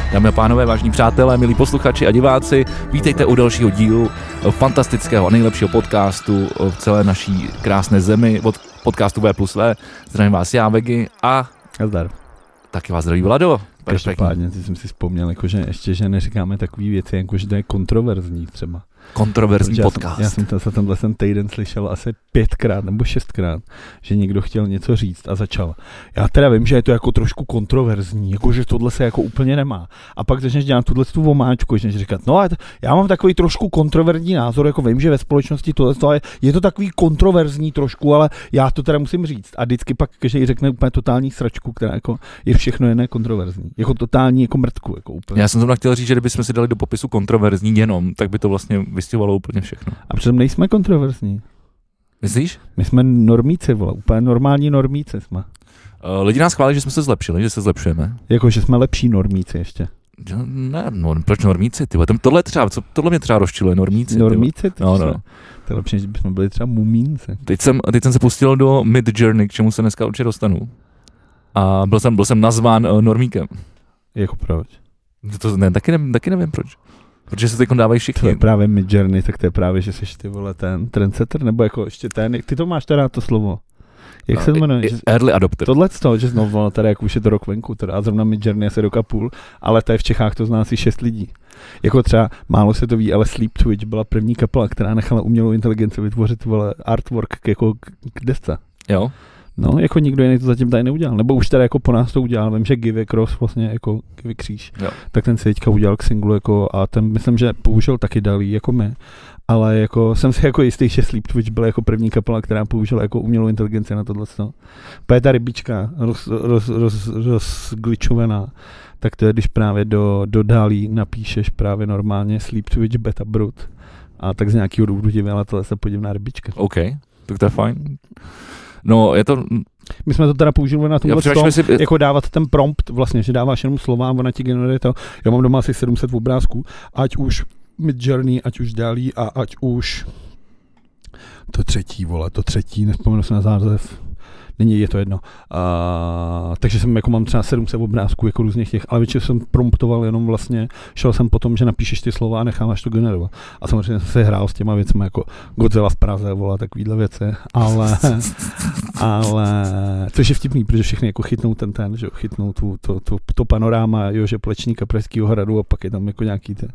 Dámy a pánové, vážní přátelé, milí posluchači a diváci, vítejte u dalšího dílu fantastického a nejlepšího podcastu v celé naší krásné zemi od podcastu V+V. Zdravím vás já, Vegy, a Zdar. taky vás zdraví Vlado. Každopádně, ty jsem si vzpomněl, jakože ještě, že neříkáme takové věci, jakože to je kontroverzní třeba. Kontroverzní podcast. Já jsem tenhle týden slyšel asi 5krát nebo 6krát, že někdo chtěl něco říct a začal. Já teda vím, že je to jako trošku kontroverzní, jakože tohle se jako úplně nemá. A pak začneš dělat tu vomáčku, že říkat, no já mám takový trošku kontroverzní názor, jako vím, že ve společnosti tohle je to takový kontroverzní trošku, ale já to teda musím říct. A vždycky pak každý řekne úplně totální sračku, která jako je všechno jiné kontroverzní. Jako totální jako mrtku, jako úplně. Já jsem zrovna chtěl říct, že kdybychom si dali do popisu kontroverzní jenom, tak by to vlastně vystěhovalo úplně všechno. A přitom nejsme kontroverzní. Myslíš? My jsme normíci, vole, úplně normální normíci jsme. Lidi nás chválí, že jsme se zlepšili, že se zlepšujeme. Jako, že jsme lepší normíci ještě. Ne, no, proč normíci, tyhle? Tohle mě třeba rozčiluje, normíci. Normíci? No. To je lepší, než bychom byli třeba mumínci. Teď jsem se pustil do Midjourney, k čemu se dneska určitě dostanu. A byl jsem nazván normíkem. Jako proč? Taky nevím proč. Protože se teď dávají všichni. To je právě Midjourney, tak to je právě, že jsi ty vole ten trendsetter, nebo jako ještě ten, ty to máš teda to slovo. Jak se to jmenuje? Early adopter. Tohle z toho, že znovu, teda jak už je to rok venku, teda, a zrovna Midjourney asi rok a půl, ale tady v Čechách to zná asi 6 lidí. Jako třeba, málo se to ví, ale Sleep Twitch byla první kapela, která nechala umělou inteligenci vytvořit vole artwork k desce. Jo. No, jako nikdo jiný to zatím tady neudělal. Nebo už tady jako po nás to udělal. Vím, že Give Cross vlastně jako Give Kříž. Jo. Tak ten si teďka udělal k singlu jako, a ten myslím, že použil taky Dalí jako my. Ale jako jsem si jako jistý, že Sleep Twitch byla jako první kapela, která použila jako umělou inteligenci na tohle. Protože ta rybička rozgličovaná, tak to je, když právě do Dalí napíšeš právě normálně Sleep Twitch Beta Brut. A tak z nějakého důvodu ti vyjela tohle se podivná rybička. OK, tak to je fajn. No, je to... My jsme to teda použili na tomhle jako dávat ten prompt, vlastně, že dáváš jenom slova a ona ti generuje to. Já mám doma asi 700 obrázků, ať už Midjourney, ať už Dalí a ať už to třetí, nespomenu se na název. Není, je to jedno. Takže jsem jako mám třeba 700 obrázků jako různých těch, ale většinou jsem promptoval jenom vlastně, šel jsem potom, že napíšeš ty slova a necháváš to generovat. A samozřejmě jsem se hrál s těma věcmi jako Godzilla v Praze, vole, takovýhle věci, ale což je vtipný, protože všechny jako chytnou že chytnou to panoráma Jože Plečníka Pražského hradu a pak je tam jako nějaký ten.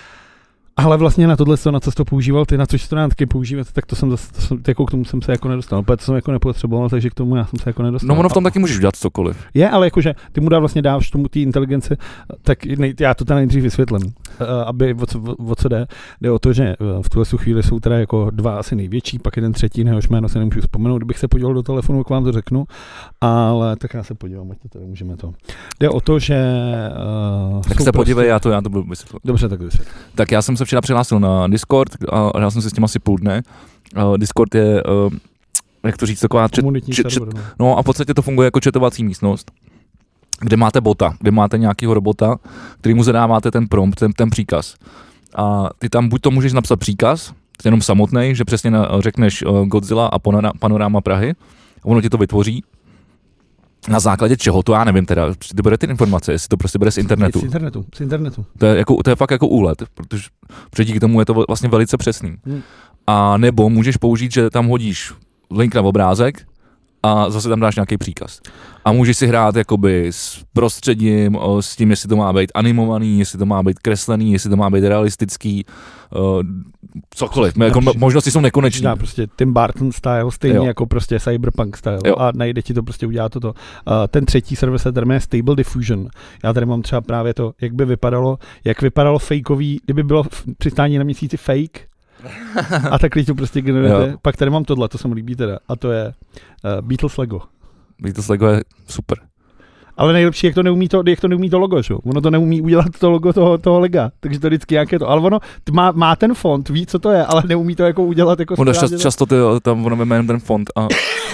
Ale vlastně na tohle, na co jsi to používal, ty na což to taky používat, tak to jsem jako k tomu jsem se jako nedostal. Protože to jsem jako nepotřeboval, takže k tomu já jsem se jako nedostal. No ono v tom taky můžeš udělat cokoliv. Je, ale jakože ty mu dáváš tomu té inteligenci, tak já to tady nejdřív vysvětlím, aby o co jde. Jde o to, že v tuhle chvíli jsou teda jako dva asi největší, pak jeden třetí, nehož jméno se nemůžu vzpomenout, kdybych se podíval do telefonu, k vám to řeknu, ale tak já se podívám, ať to tady můžeme to. Jde o to, že tak se podívej, já to budu vysvětlit. Dobře, tak vysvětlím. Tak já jsem se včera přihlásil na Discord a hrál jsem si s tím asi půl dne. Discord je, jak to říct, taková no a v podstatě to funguje jako chatovací místnost, kde máte bota, kde máte nějakého robota, kterýmu zadáváte ten prompt, ten příkaz. A ty tam buď to můžeš napsat příkaz, jenom samotnej, že přesně řekneš Godzilla a panoráma Prahy, a ono ti to vytvoří. Na základě čeho, to já nevím teda, to bude ty informace, jestli to prostě bude z internetu. Z internetu. To je fakt jako úlet, protože díky tomu je to vlastně velice přesný. A nebo můžeš použít, že tam hodíš link na obrázek a zase tam dáš nějaký příkaz. A můžeš si hrát jakoby s prostředím, s tím, jestli to má být animovaný, jestli to má být kreslený, jestli to má být realistický, cokoliv. Jako možnosti jsou nekonečné. Dá prostě Tim Burton style, stejně jako prostě Cyberpunk style. Jo. A najde ti to prostě udělá toto. Ten třetí server se jmenuje Stable Diffusion. Já tady mám třeba právě to, jak vypadalo fakeový, kdyby bylo přistání na měsíci fake, a takhle to prostě generujete. Jo. Pak tady mám tohle, to se mi líbí teda. A to je Beatles Lego. Beatles Lego je super. Ale nejlepší, jak to neumí to logo, že? Ono to neumí udělat to logo toho Lega. Takže to vždycky nějaké to. Ale ono má ten font, ví, co to je, ale neumí to jako udělat jako ono často tam ono jmenuje ten font a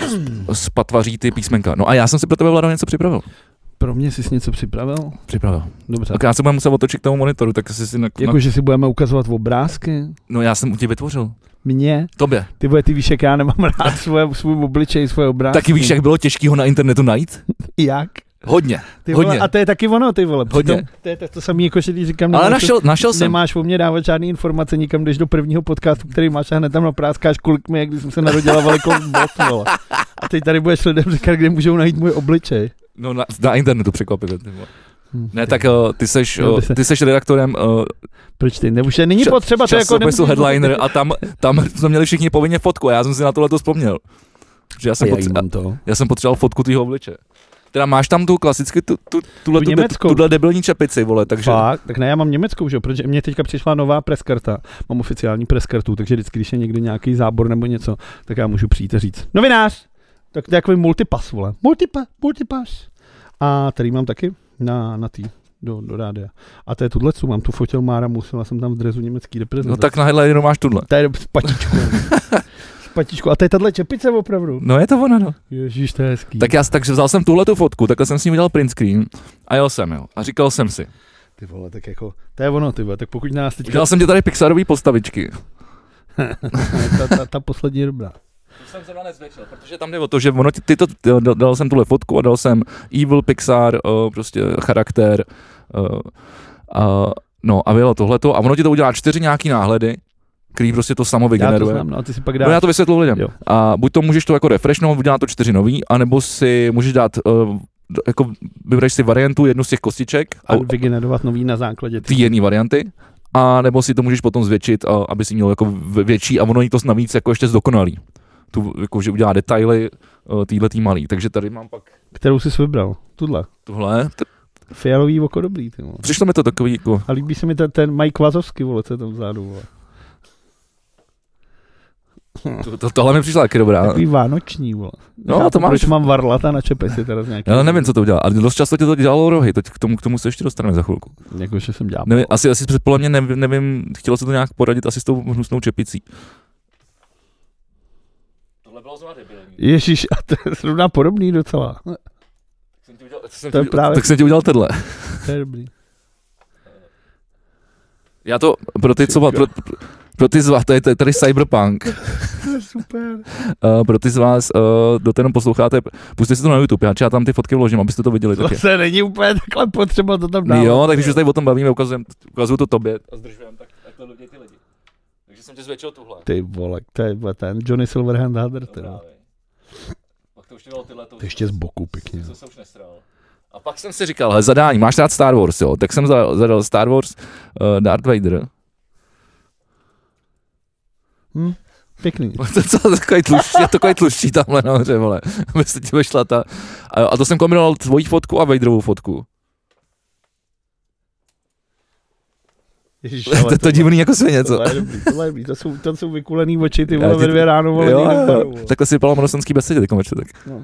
spatvaří ty písmenka. No a já jsem si pro tebe, Vlado, něco připravil. Pro mě jsi něco připravil? Připravil. Dobře. Tak já se budeme muset otočit k tomu monitoru, tak si Jakože si budeme ukazovat obrázky? No já jsem u tě vytvořil. Mě? Tobě. Ty víš, jak já nemám rád svůj obličej, svoje obrázky. Taky víš, jak bylo těžký ho na internetu najít? Jak? Hodně. A to je taky ono, ty vole. Hodně. To je to samý, jako že když říkám, ale našel jsem. Nemáš o mě dávat žádný informace, nikam jdeš do prvního podcastu, který máš a hned tam napráskáš, kolik mi, když jsem se narodila velikost bot, vole. A teď tady budeš lidem říkat, kde můžou najít můj obličej. No na internetu překvapivě. Ne, tak ty seš redaktorem. Proč ty? Už není potřeba to jako časopisu Headliner a tam jsme měli všichni povinně fotku a já jsem si na tohle vzpomněl. Že já jsem potřeboval fotku tvýho obliče. Teda máš tam tu klasicky tuhle debilní čepici, vole, takže... Fakt? Tak ne, já mám německou, že? Protože mě teďka přišla nová preskarta. Mám oficiální preskartu, takže vždycky, když je někde nějaký zábor nebo něco, tak já můžu přijít a říct. Novinář! Tak to je takový multipass, vole. Multipass. A tady mám taky na tý. Do rádia. A to je tuhle, co mám tu fotil Mára, musela jsem tam v dresu německý reprezentace. No tak na Headlineru máš tuhle. To je patičku. A to je tahle čepice opravdu. No je to ono, no. Ježíš, to je hezký. Takže vzal jsem tuhletu fotku, takhle jsem s ní udělal print screen a jel jsem, jo. A říkal jsem si. Ty vole, tak jako, to je ono, ty vole, tak pokud nás teďka... Udělal jsem tě tady Pixarový postavičky. ta poslední je dobrá. To jsem zrovna nezvětšil, protože tam jde o to, že ono, dal jsem tuhle fotku a dal jsem Evil Pixar, prostě charakter, no a bylo tohleto a ono ti to udělá 4 nějaký náhledy, který prostě to samo vygeneruje. Já to znám, ty si pak dáš. No já to vysvětlu lidem. Jo. A buď to můžeš to jako refreshnout, udělat to 4 nový, anebo si můžeš dát, jako vybereš si variantu, jednu z těch kostiček. A vygenerovat nový na základě ty jedné varianty. A nebo si to můžeš potom zvětšit, aby si měl jako větší a ono je to navíc jako ještě zdokonalý. Jako, že udělá detaily týhletý malý. Takže tady mám pak... Kterou jsi vybral? Tuhle? Fialový oko dobrý, ty vole. Přišlo mi to takový jako... A líbí se mi ten Mike Wazowski, vole, co je tam vzadu, vole. Tohle mi přišla taky dobrá. Takový vánoční, vole. No, to máš. Proč mám varlata na čepesi teraz nějaký? Já nevím, co to udělal, ale dost často ti to dělalo rohy, k tomu se ještě dostaneme za chvilku. Jakože jsem dělal. Nevím, asi podle mě nevím, chtělo se to nějak poradit asi s tou hnusnou čepicí. Tohle bylo zrovna debilní. Ježíš, a to je zrovna podobný docela. Tak jsem ti udělal tenhle. To je dobrý. Já to, pro ty z vás, to je tady Cyberpunk. To je super. Pro ty z vás, kdo to jenom posloucháte, pusťte si to na YouTube, já tam ty fotky vložím, abyste to viděli. To se není úplně takhle potřeba to tam dávat. Jo, tak když už tady o tom bavíme, ukazuju to tobě a zdržujem, tak to vidějí ty lidi. Takže jsem tě zvětšil tuhle. Ty vole, to je ten Johnny Silverhand Hader, teda. Pak to už ty tyhle. To ještě z boku pěkně. To se už nestrál. A pak jsem si říkal, hele, zadání, máš rád Star Wars, jo? Tak jsem zadal Star Wars Darth Vader. Pěkný. Je takový tluščí tamhle nahoře, vole, aby se ti vešla ta... A to jsem kombinoval tvojí fotku a Vaderovou fotku. Ježiš, to divný jako svině, co? Tohle je dobrý, to jsou vykulený oči, ty vole, ve 2 ráno, vole. Jo, takhle si vypadalo monosenský besedě, tyko tak. No.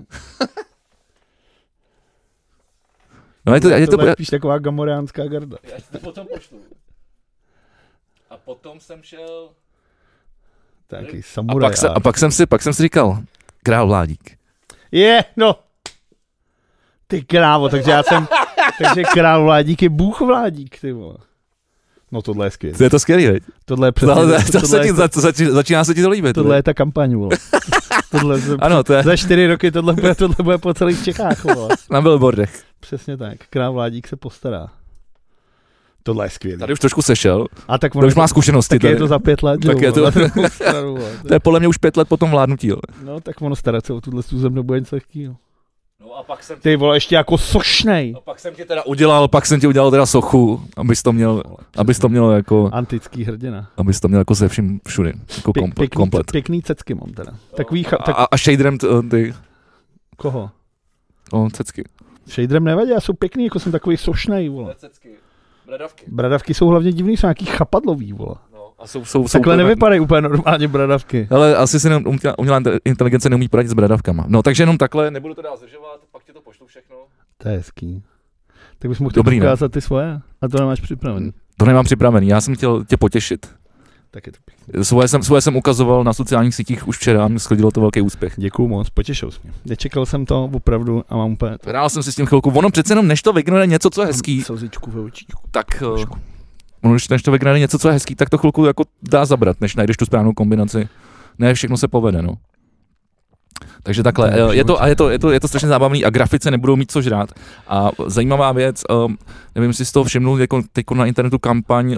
No, tohle je spíš taková gamoriánská garda. Já to potom pošlu. A potom jsem šel... Taký samuraj. A pak jsem si říkal, král Vládík. No. Ty krávo, takže král Vládík je bůh Vládík, ty vole. No tohle je skvělý. To je to skvělý, veď? Tohle je přesně... Začíná se ti to líbit. Tohle je ta kampaň, vole. Ano, to je... Za 4 roky tohle bude po celých Čechách, vole. Na billboardech. Přesně tak. Král Vládík se postará. Tohle je skvělý. Tady už trošku sešel. A tak už má zkušenosti. Tak je to za 5 let. Tak je to. To je podle mě už 5 let po tom vládnutí. No tak ono starat se o tuhle zem bude něco lehkýho. No a pak jsem... Ty vole, ještě jako sošnej. A pak jsem ti udělal teda sochu, abys to měl jako... Antický hrdina. Abys to měl jako se vším všudy. Jako komplet. Pěkný cecky mám teda. Takový a shaderem ty... Koho? Cecky. Shaderem nevadí, já jsou pěkný, jako jsem takový sošnej, vole. Cecky. Bradavky. Bradavky jsou hlavně divný, jsou nějaký chapadlový, vole. No, a jsou takhle nevypadají úplně normálně bradavky. Ale asi si umělá inteligence neumí poradit s bradavkama. No takže jenom takhle, nebudu to dál zdržovat, pak ti to pošlu všechno. To je hezký. Tak bys mohl ukázat ty svoje, a to nemáš připravený. To nemám připravený, já jsem chtěl tě potěšit. Tak je to pěkný. Svoje jsem ukazoval na sociálních sítích už včera a mě schodilo to velký úspěch. Děkuju moc, potěšil jsi mě. Nečekal jsem to opravdu a mám úplně... Hrál jsem si s tím chvilku, ono přece jenom než to vygnuje něco, co je hezký. Slzičku ve očičku. Tak než to vygnuje něco, co je hezký, tak to chvilku jako dá zabrat, než najdeš tu správnou kombinaci. Ne, všechno se povede, no. Takže takhle, je to strašně zábavný a grafice nebudou mít co žrát. A zajímavá věc, nevím, jestli jsi toho všimnul, jako teď na internetu kampaň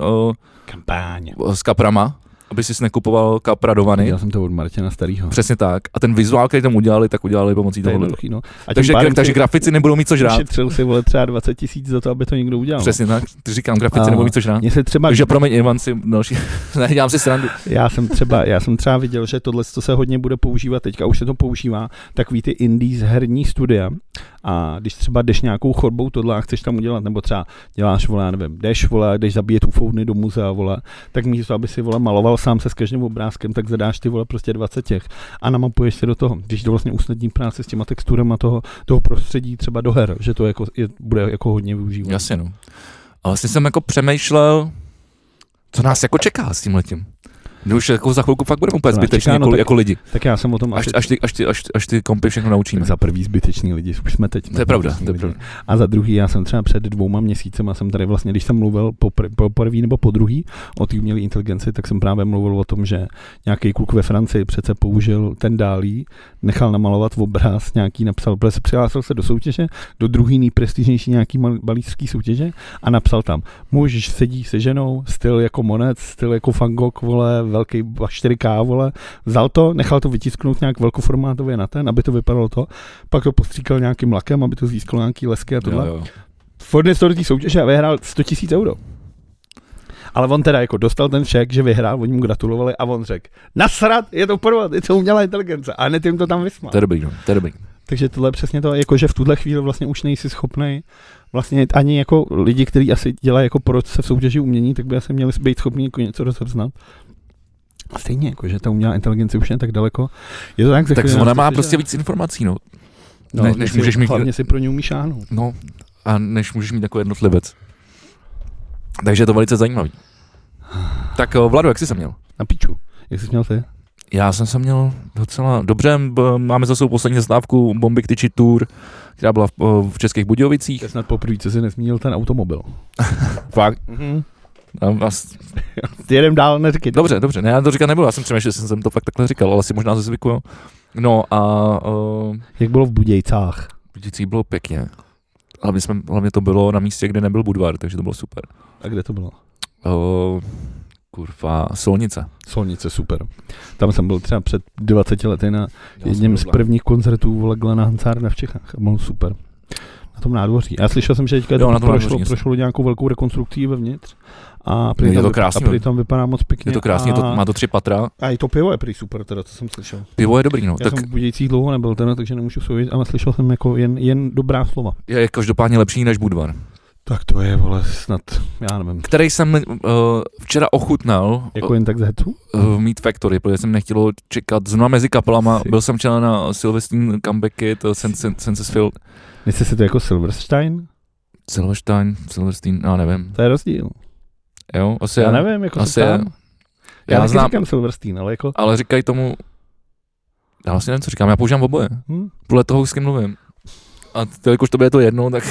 s kaprama, aby si nekupoval kapra do vany. Já jsem to od Martina Starýho. Přesně tak. A ten vizuál, který tam udělali, tak udělali pomocí toho. No. Takže grafici nebudou mít co žrát. Ušetřil si třeba 20 000 za to, aby to někdo udělal. Přesně tak. Ty říkám, grafici nebudou mít co žrát. Třeba... Takže promiň, Ivan si další. Ne, dělám si srandu. Já jsem třeba viděl, že tohle se hodně bude používat teďka, už se to používá, takový ty indies herní studia. A když třeba jdeš nějakou chodbou tohle a chceš tam udělat, nebo třeba děláš, vole, nevím, jdeš zabíjet ufouny do muzea, vole, tak místo, aby si, vole, maloval sám se s každým obrázkem, tak zadáš ty, vole, prostě 20 těch a namapuješ se do toho. Když to vlastně usnadní práce s těma texturama toho prostředí třeba do her, že to bude jako hodně využívat. Jasně, no. A vlastně jsem jako přemýšlel, co nás jako čeká s tímhletím. No už jako za chvilku fakt budeme úplně zbyteční jako lidi. Tak já jsem o tom až ty kompy všechno naučíme. Tak za prvý zbyteční lidi, už jsme teď. To je pravda. A za druhý, já jsem třeba před 2 měsícema jsem tady vlastně, když jsem mluvil po první nebo po druhý o té umělé inteligenci, tak jsem právě mluvil o tom, že nějaký kluk ve Francii přece použil ten Dálí, nechal namalovat obraz, nějaký napsal, protože se přihlásil se do soutěže, do druhý nejprestižnější nějaký malířský soutěže a napsal tam: muž sedí se ženou, styl jako Monet, styl jako Van Gogh, vole, velký 4K, vole, vzal to, nechal to vytisknout nějak velkoformátově na ten, aby to vypadalo to, pak to postříkal nějakým lakem, aby to získalo nějaký lesky a tohle. Fordness to do té soutěže a vyhrál 100 000 euro. Ale on teda jako dostal ten šek, že vyhrál, oni mu gratulovali a on řekl: nasrat, je to podvod, je to umělá inteligence, a ne tím to tam vysmál. To je dobrý. Takže tohle je přesně to, jako že v tuhle chvíli vlastně už nejsi schopnej vlastně ani jako lidi, kteří asi dělají jako se v soutěži umění, tak by asi měli být schopni jako něco rozeznat. A stejně, jako, že ta umělá inteligence už je tak daleko. Je to tak ona má prostě víc informací, no. Než můžeš mít... Hlavně si pro ní umíš šáhnout. No, a než můžeš mít jako jednotlivec. Takže je to velice zajímavý. Tak Vlado, jak jsi se měl? Na píču. Jak jsi měl ty? Já jsem se měl docela dobře. Máme za sebou poslední zastávku Bomby k tyči Tour, která byla v Českých Budějovicích. To je snad poprvé, co jsi nezmínil ten automobil. Fakt? Jedem dál, neříkej. Dobře, ne, já to říkat nebudu, já jsem přemýšlel, že jsem to fakt takhle říkal, ale asi možná ze zvyku. No a... Jak bylo v Budějcách? V Budějcích bylo pěkně. Hlavně to bylo na místě, kde nebyl Budvar, takže to bylo super. A kde to bylo? Solnice. Solnice, super. Tam jsem byl třeba před 20 lety na jedním z prvních koncertů, vole, Glena Hansárda v Čechách. Bylo super. Na tom nádvoří. Já slyšel jsem, že teďka prošlo nějakou velkou rekonstrukcí vevnitř. A prý tam vypadá moc pěkně. Je to krásně, má to 3 patra. A i to pivo je prý super, teda, co jsem slyšel. Pivo je dobrý, no. Já jsem v Budějcích dlouho nebyl, teda, takže nemůžu soudit, ale slyšel jsem jako jen dobrá slova. Je každopádně lepší než Budvar. Tak to je, vole, snad, já nevím. Který jsem včera ochutnal. Jako jen tak z hecu? Meat Factory, protože jsem nechtěl čekat zrovna mezi kapelama. Byl jsem včera na Silvestrín comebacky, to Sensesfield. Myslíte si to jako Silverstein? Silverstein, já nevím. To je rozdíl. Jo, asi já nevím, jako asi se tam. Já znám, říkám Silverstein, ale jako... Ale říkají tomu... Já vlastně nevím, co říkám, já používám oboje. Podle toho, s kým mluvím. A to, jakož to bude to jedno, tak...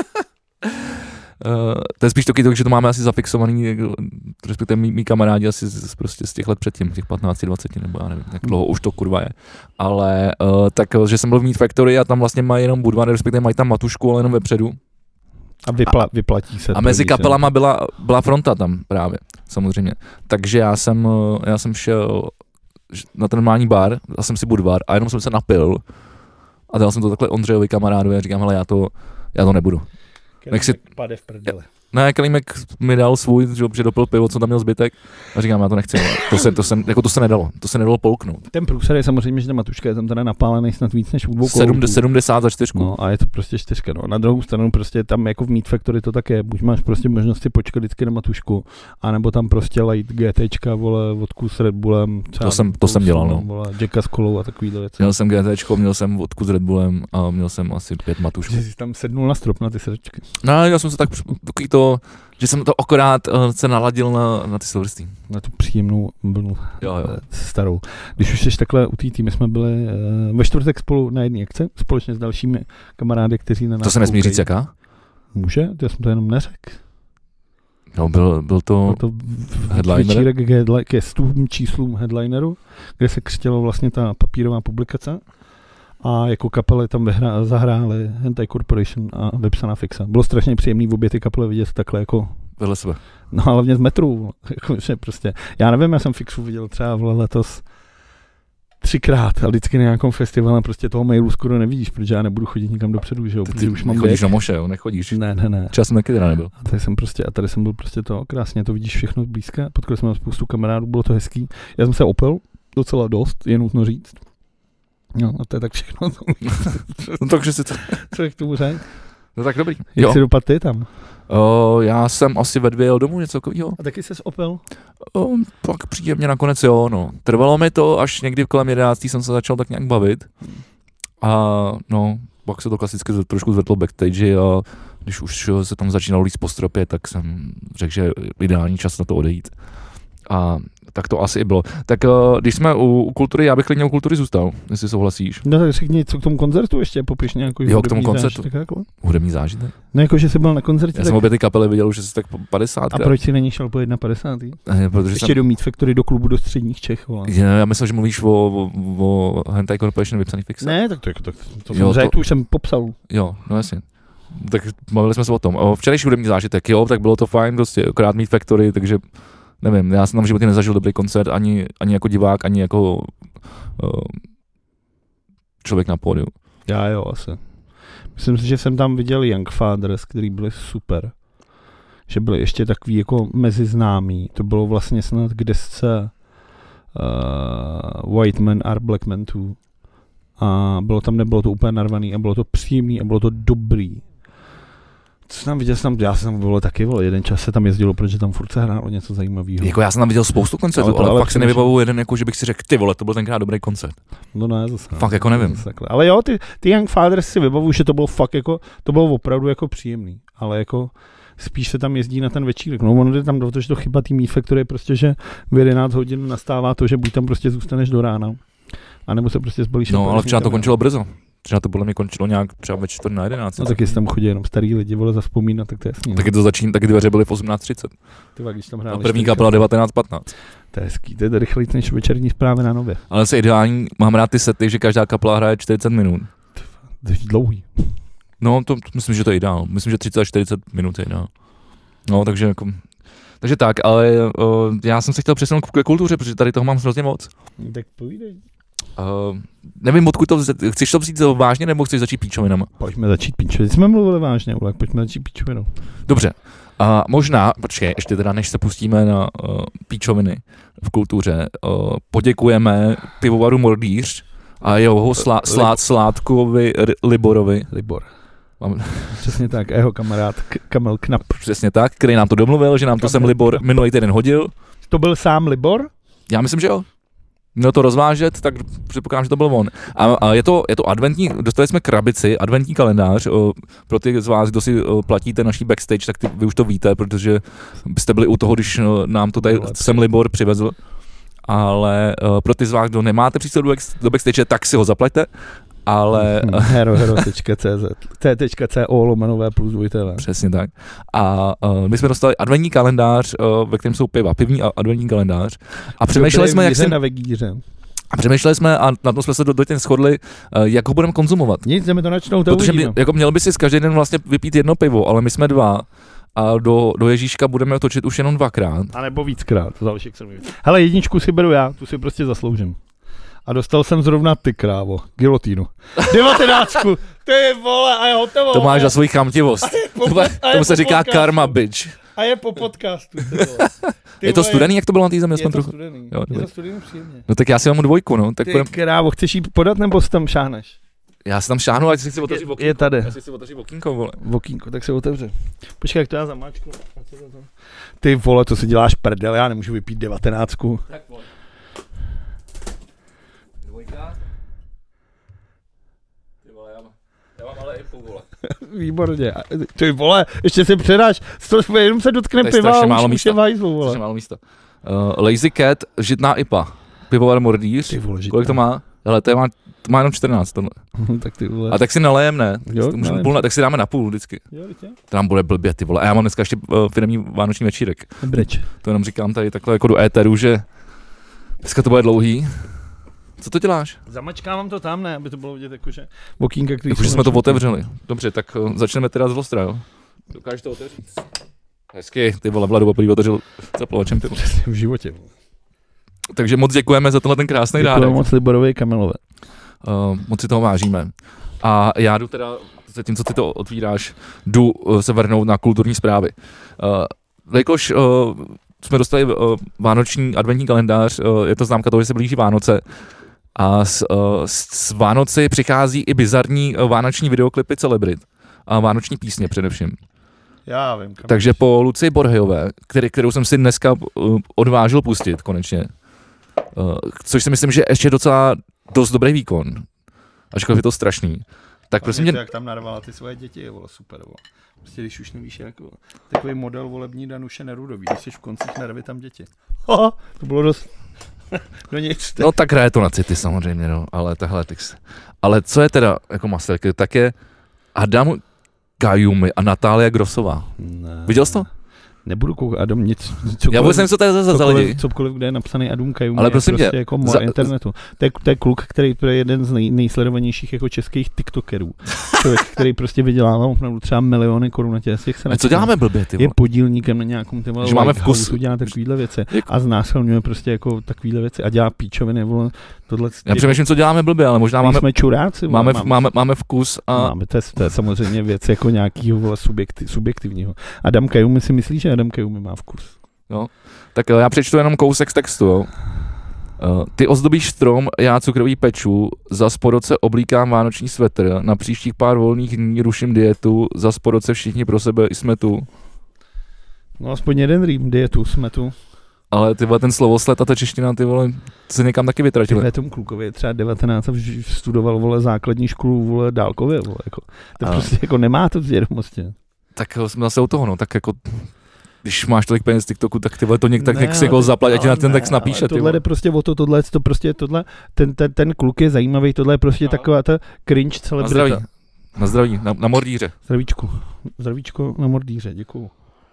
to je spíš taky to, že to máme asi zafixovaný, respektive mý kamarádi asi prostě z těch let předtím, těch 15-20, nebo já nevím, jak dlouho už to kurva je. Ale že jsem byl v Meat Factory a tam vlastně mají jenom Budvar, respektive mají tam matušku, ale jenom vepředu. A vyplatí se. A mezi kapelama byla fronta tam právě, samozřejmě. Takže já jsem šel na ten normální bar, dal jsem si Budvar a jenom jsem se napil a dal jsem to takhle Ondřejovi kamarádovi a říkám, hele, já to nebudu. Kelímek pade v prdele. Ne, Kelímek mi dal svůj, že dopil pivo, co tam měl zbytek a říkám, já to nechci, to se nedalo polknout. Ten průser je samozřejmě, že ta matuška je tam teda napálený snad víc než u 2 koutů. 70 za 4. No a je to prostě 4, no. Na druhou stranu prostě tam jako v Meat Factory to také, buď máš prostě možnost si počkat vždycky na matušku, anebo tam prostě light GTčka, vole, vodku s Red Bullem. To jsem dělal, no. Vole, Jacka s kolou a takovýhle věci. Měl jsem GTčko, měl jsem vodku s Red Bullem a měl jsem asi 5 matušků. Že jsi tam sednul na strop na ty srdečky. No, já jsem se tak že jsem to akorát se naladil na ty Silverstein. Na tu příjemnou vlnu jo. starou. Když už jsi takhle u té týmy, jsme byli ve čtvrtek spolu na jedné akci, společně s dalšími kamarády, kteří na nás... To se nesmí říct jaká? Může? Já jsem to jenom neřekl. No, byl to headliner ke 100 číslům headlineru, kde se křtělo vlastně ta papírová publikace a jako kapely tam zahráli Hentai Corporation a Vypsaná fixa. Bylo strašně příjemný v obě ty kapely vidět takhle jako vedle sebe. No hlavně z metru, jako, prostě, já nevím, já jsem Fixu viděl třeba letos 3krát a vždycky na nějakém festivalu prostě toho mailu skoro nevidíš, protože já nebudu chodit nikam dopředu, že jo, protože už mám chodíš na moše, jo, nechodíš. Ne. Čas jsem taky teda nebyl. A tady jsem byl prostě to, krásně to vidíš všechno blízka, potkal jsem spoustu kamarádů, bylo to hezký. Já jsem se opil docela dost, je nutno říct. No a to je tak všechno. No takže si to... Co je k tomu řekl? No tak dobrý. Jak jsi dopadl ty tam? Já jsem asi ve 2 jel domů, něco takového. A taky ses opil? Pak příjemně nakonec jo, no. Trvalo mi to, až někdy kolem 11. jsem se začal tak nějak bavit. A no, pak se to klasicky trošku zvrtlo backstage a když už se tam začínalo líst po stropě, tak jsem řekl, že je ideální čas na to odejít. A tak to asi i bylo. Tak když jsme u kultury, já bych klidně u kultury zůstal, jestli souhlasíš. No tak řekni, co k tomu koncertu ještě, popiš nějakou jo, k tomu koncertu. Hudební zážitek? No jako, že jsi byl na koncertě. Já jsem obě ty kapely viděl už asi tak 50. A proč jsi není šel po 51? Protože ještě do Meat Factory, do klubu do středních Čech. Já myslím, že mluvíš o Hentai Corporation Vypsaný fixa. Ne, tak to jsem řekl, už jsem popsal. Jo, no jasně. Tak bavili jsme se o tom. Včerejší hudební zážitek, jo, tak bylo to fajn, prostě akorát Meat Factory, takže nevím, já jsem tam v životě nezažil dobrý koncert, ani jako divák, ani jako člověk na pódiu. Já jo, asi. Myslím si, že jsem tam viděl Young Fathers, který byli super. Že byli ještě takový jako meziznámí. To bylo vlastně snad k desce White Man Are Black Men Too. A nebylo to úplně narvaný a bylo to příjemný a bylo to dobrý. Co tam viděl jsem, já jsem tam taky, jeden čas se tam jezdilo, protože tam furt se hrálo něco zajímavého. Jako já jsem tam viděl spoustu koncertů, ale fakt si nevybavuju jeden, jako že bych si řekl, ty vole, to byl tenkrát dobrý koncert. No ne, zase. Fakt jako nevím. Ale jo, ty Young Fathers si vybavuju, že to bylo fakt jako, to bylo opravdu jako příjemný, ale jako spíš se tam jezdí na ten večírek. No ono jde tam do toho, že to chyba tý Meat Factory je prostě, že v 11 hodin nastává to, že buď tam prostě zůstaneš do rána, anebo se prostě zbalíš. No, ale včera to končilo brzo. Třeba to podle mě končilo nějak třeba ve 10:45. No tak jestli tam chodí jenom starý lidi, vole, zavzpomínat, tak to je jasný. Taky to taky dveře byly v 18:30. Ty když tam hráli. A první kapela 19:15. To je hezký, to je rychlejší než večerní zprávy na Nově. Ale se ideální, mám rád ty sety, že každá kapela hraje 40 minut. To je dlouhý. No, to myslím, že to je ideál. Myslím, že 30 až 40 minut je ideál. No, takže tak, ale já jsem se chtěl přesunout k kultuře, protože tady toho mám hrozně moc. Tak povídej. Nevím, odkud to chceš to vzít vážně, nebo chceš začít píčovinama? Pojďme začít píčovinou. Jsme mluvili vážně, tak pojďme začít píčovinou. Dobře. Možná, počkej, ještě teda, než se pustíme na píčoviny v kultuře, poděkujeme pivovaru Mordýř a jeho sládkovi Liborovi. Libor. Přesně tak, a jeho kamarád Kamel Knap. Přesně tak, který nám to domluvil, že nám to sem Libor minulý týden hodil. To byl sám Libor? Já myslím, že jo. Měl to rozvážet, tak předpokládám, že to byl on. A je to adventní, dostali jsme krabici, adventní kalendář, pro ty z vás, kdo si platíte naší backstage, tak vy už to víte, protože byste byli u toho, když nám to tady sem Libor přivezl. Ale pro ty z vás, kdo nemáte přístup do backstage, tak si ho zaplaťte. Ale hero.co/+2. Přesně tak. A my jsme dostali adventní kalendář, ve kterém jsou piva, pivní adventní kalendář. A přemýšleli jsme, přemýšleli jsme a na tom jsme se do těch shodli, jak ho budeme konzumovat. Nic, jdeme to načnout, protože jako měl by si každý den vlastně vypít jedno pivo, ale my jsme dva. A do Ježíška budeme točit už jenom 2krát. A nebo víckrát. Hele, jedničku si beru já, tu si prostě zasloužím. A dostal jsem zrovna ty, krávo, gilotínu. 19. Ty vole, a je hotovo. To máš za svůj chamtivost. Tomu se říká podcastu. Karma, bitch. A je po podcastu. Je to studený, jak to bylo na té zemi? Je to studený. Je to studený příjemně. No tak já si mám 2, no. Tak ty krávo, chceš jí podat, nebo si tam šáhneš? Já si tam šáhnu, ať si otevři okýnko. Je tady. Já si otevři okýnko, vole. Okýnko, tak se otevře. Počkej, jak to já zamáčknu. Ty vole, to si děláš prdel, já nemůžu vypít 19. Tak vole. 2. Ty vole, já mám ale i půl, vole. Výborně. Ty vole, ještě si předáš, jenom se dotkne piva a už je vajzlu, vole. Málo místa. Lazy Cat, žitná IPA. Pivovar Mordýř. Kolik to má? Hele, to má jenom 14 tohle. Tak ty vole. A tak si nalejem, ne? Jo, tak si dáme na půl vždycky. Jo, to nám bude blbě, ty vole. A já mám dneska ještě firemní vánoční večírek. Breč. To jenom říkám tady takhle jako do éteru, že dneska to bude dlouhý. Co to děláš? Zamačkávám to tam, ne, aby to bylo vidět jakože okýnka, který jakože jsme to otevřeli. Dobře, tak začneme teda z ostra, jo? Dokážeš to otevřít? Hezky, ty vole, Vladu poprvé otevřel zaplovačem pivo. V životě. Takže moc děkujeme za tenhle ten krásný dárek. Děkujeme moc Liborovi Kamilové. Moc si toho vážíme. A já jdu teda, tím, co ty to otvíráš, jdu se vrhnout na kulturní zprávy. Jelikož jsme dostali vánoční adventní kalendář, je to známka toho, že se blíží Vánoce. A s Vánoci přichází i bizarní vánoční videoklipy celebrit. A vánoční písně především. Já vím. Takže po Lucii Borhejové, kterou jsem si dneska odvážil pustit konečně, což si myslím, že ještě docela dost dobrý výkon, ačkoliv je to strašný. Tak prosím mě... Jak tam narvala ty svoje děti, je super, vole. Prostě když už nevíš, jak takový model volební Danuše Nerudový, když jsi v koncích nervy tam děti. Aha, to bylo dost... No nic. No tak hraje to na city samozřejmě, no, ale tahle text. Ale co je teda jako masterky, tak je Adam Kajumi a Natália Grossová. Ne. Viděl jsi to? Nebudu koukat Adam nic. Já vůbec nevím, co to je za lidi. Cokoliv, kde je napsaný Adam Kajumi, ale prostě jako internetu. To je kluk, který je jeden z nejsledovanějších jako českých tiktokerů. Člověk, který prostě vydělává opravdu třeba miliony korun na těch a co děláme blbě, ty vole? Je podílníkem na nějakom ty vole, že máme vkus, dělá takovýhle věci a znásilňuje prostě jako takovýhle věci a dělá píčoviny, vole, tohle. Já přemýšlím, co děláme blbě, ale možná máme jsme čuráci, vole, máme vkus a máme to je samozřejmě věc jako nějakýho vole subjektivního. Adam Kajumi si myslí, že Adam Kajumi má vkus. Jo. Tak já přečtu jenom kousek z textu, jo. Ty ozdobíš strom, já cukroví peču, zas po roce oblíkám vánoční svetr, na příštích pár volných dní ruším dietu, zas po roce všichni pro sebe i jsme tu. No aspoň jeden rým, dietu, jsme tu. Ale ty vole, ten slovosled a ta čeština, ty vole, se někam taky vytratili. Tyhle tomu klukovi třeba 19 a studoval, vole, základní školu, vole, dálkově, vole, jako. To prostě jako nemá to vědomosti. Tak jsme zase u toho, no, tak jako když máš tolik peněz z TikToku, tak ty vole to někdo tak si jako zaplať, ať ti na ten text napíše. Tohle jde prostě o to, tohle, ten kluk je zajímavý, tohle je prostě taková ta cringe celebrita. Na zdraví, na mordíře. Zdravíčko na mordíře, děkuju.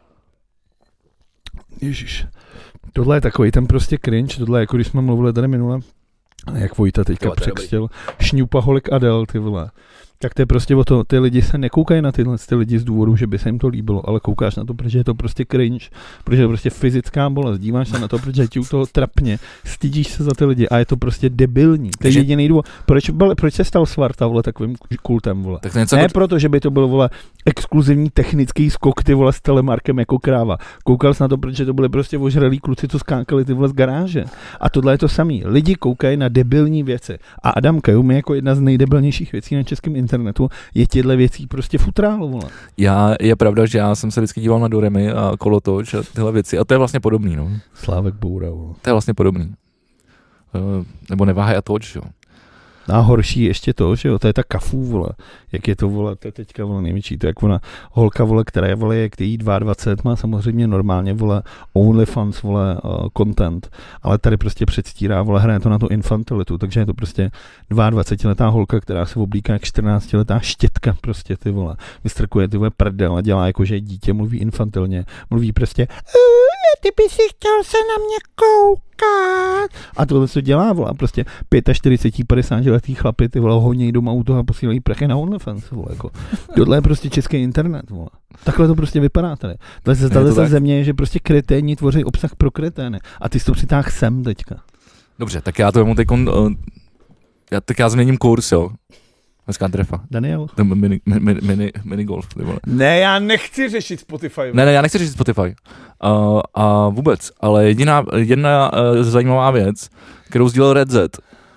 Ježiš, tohle je takový ten prostě cringe, tohle je jako když jsme mluvili tady minule, jak Vojta teďka překřtil, Šňupaholik Adel, ty vole. Tak to je prostě o to, ty lidi se nekoukají na tyhle ty lidi z důvodu, že by se jim to líbilo, ale koukáš na to, protože je to prostě cringe, protože je to prostě fyzická bolest, díváš se na to, protože ti u toho trapně, stydíš se za ty lidi a je to prostě debilní. To je jediný důvod. Proč se stal Svarta, vole, takovým kultem, vole? Tak ne proto, že by to byl, vole, exkluzivní technický skok, ty vole, s telemarkem jako kráva. Koukal jsi na to, protože to byly prostě ožralí kluci, co skákali ty vole z garáže. A tohle je to samý. Lidi koukají na debilní věci. A Adam Kajumi jako jedna z nejdebilnějších věcí na českém internetu je těchto věcí prostě futrálo, vole. Je pravda, že já jsem se vždycky díval na Doremi a Kolotoč a tyhle věci a to je vlastně podobný, no. Slávek Boura, vole. To je vlastně podobný. Nebo Neváhaj a toč, jo. A horší ještě to, že jo, to je ta Kafu, vole, jak je to, vole, to je teďka, vole, největší, to je jak ona, holka, vole, která je, vole, jak jí 22, má samozřejmě normálně, vole, OnlyFans, vole, content, ale tady prostě předstírá, vole, hraje to na tu infantilitu, takže je to prostě 22letá holka, která se oblíká jak 14letá štětka, prostě, ty vole, vystrkuje ty vole prdel a dělá jako, že je dítě, mluví infantilně, mluví prostě, ty by si chtěl se na mě koukat. A tohle se dělá, vole, prostě 45-50 letý chlapy, ty vole, honějí doma u toho a posílají prachy na OnlyFans, vole, jako. Tohle je prostě český internet, vole. Takhle to prostě vypadá tady. Tahle se země, že prostě kreténi tvoří obsah pro kretény. A ty jsi to přitáhl sem teďka. Dobře, tak já to vemu teďkon, já změním kurz, jo. Dneska trefa. Daniel? Mini golf. Ne, já nechci řešit Spotify. Ne, já nechci řešit Spotify. A vůbec. Ale jedna zajímavá věc, kterou sdílel Red Z,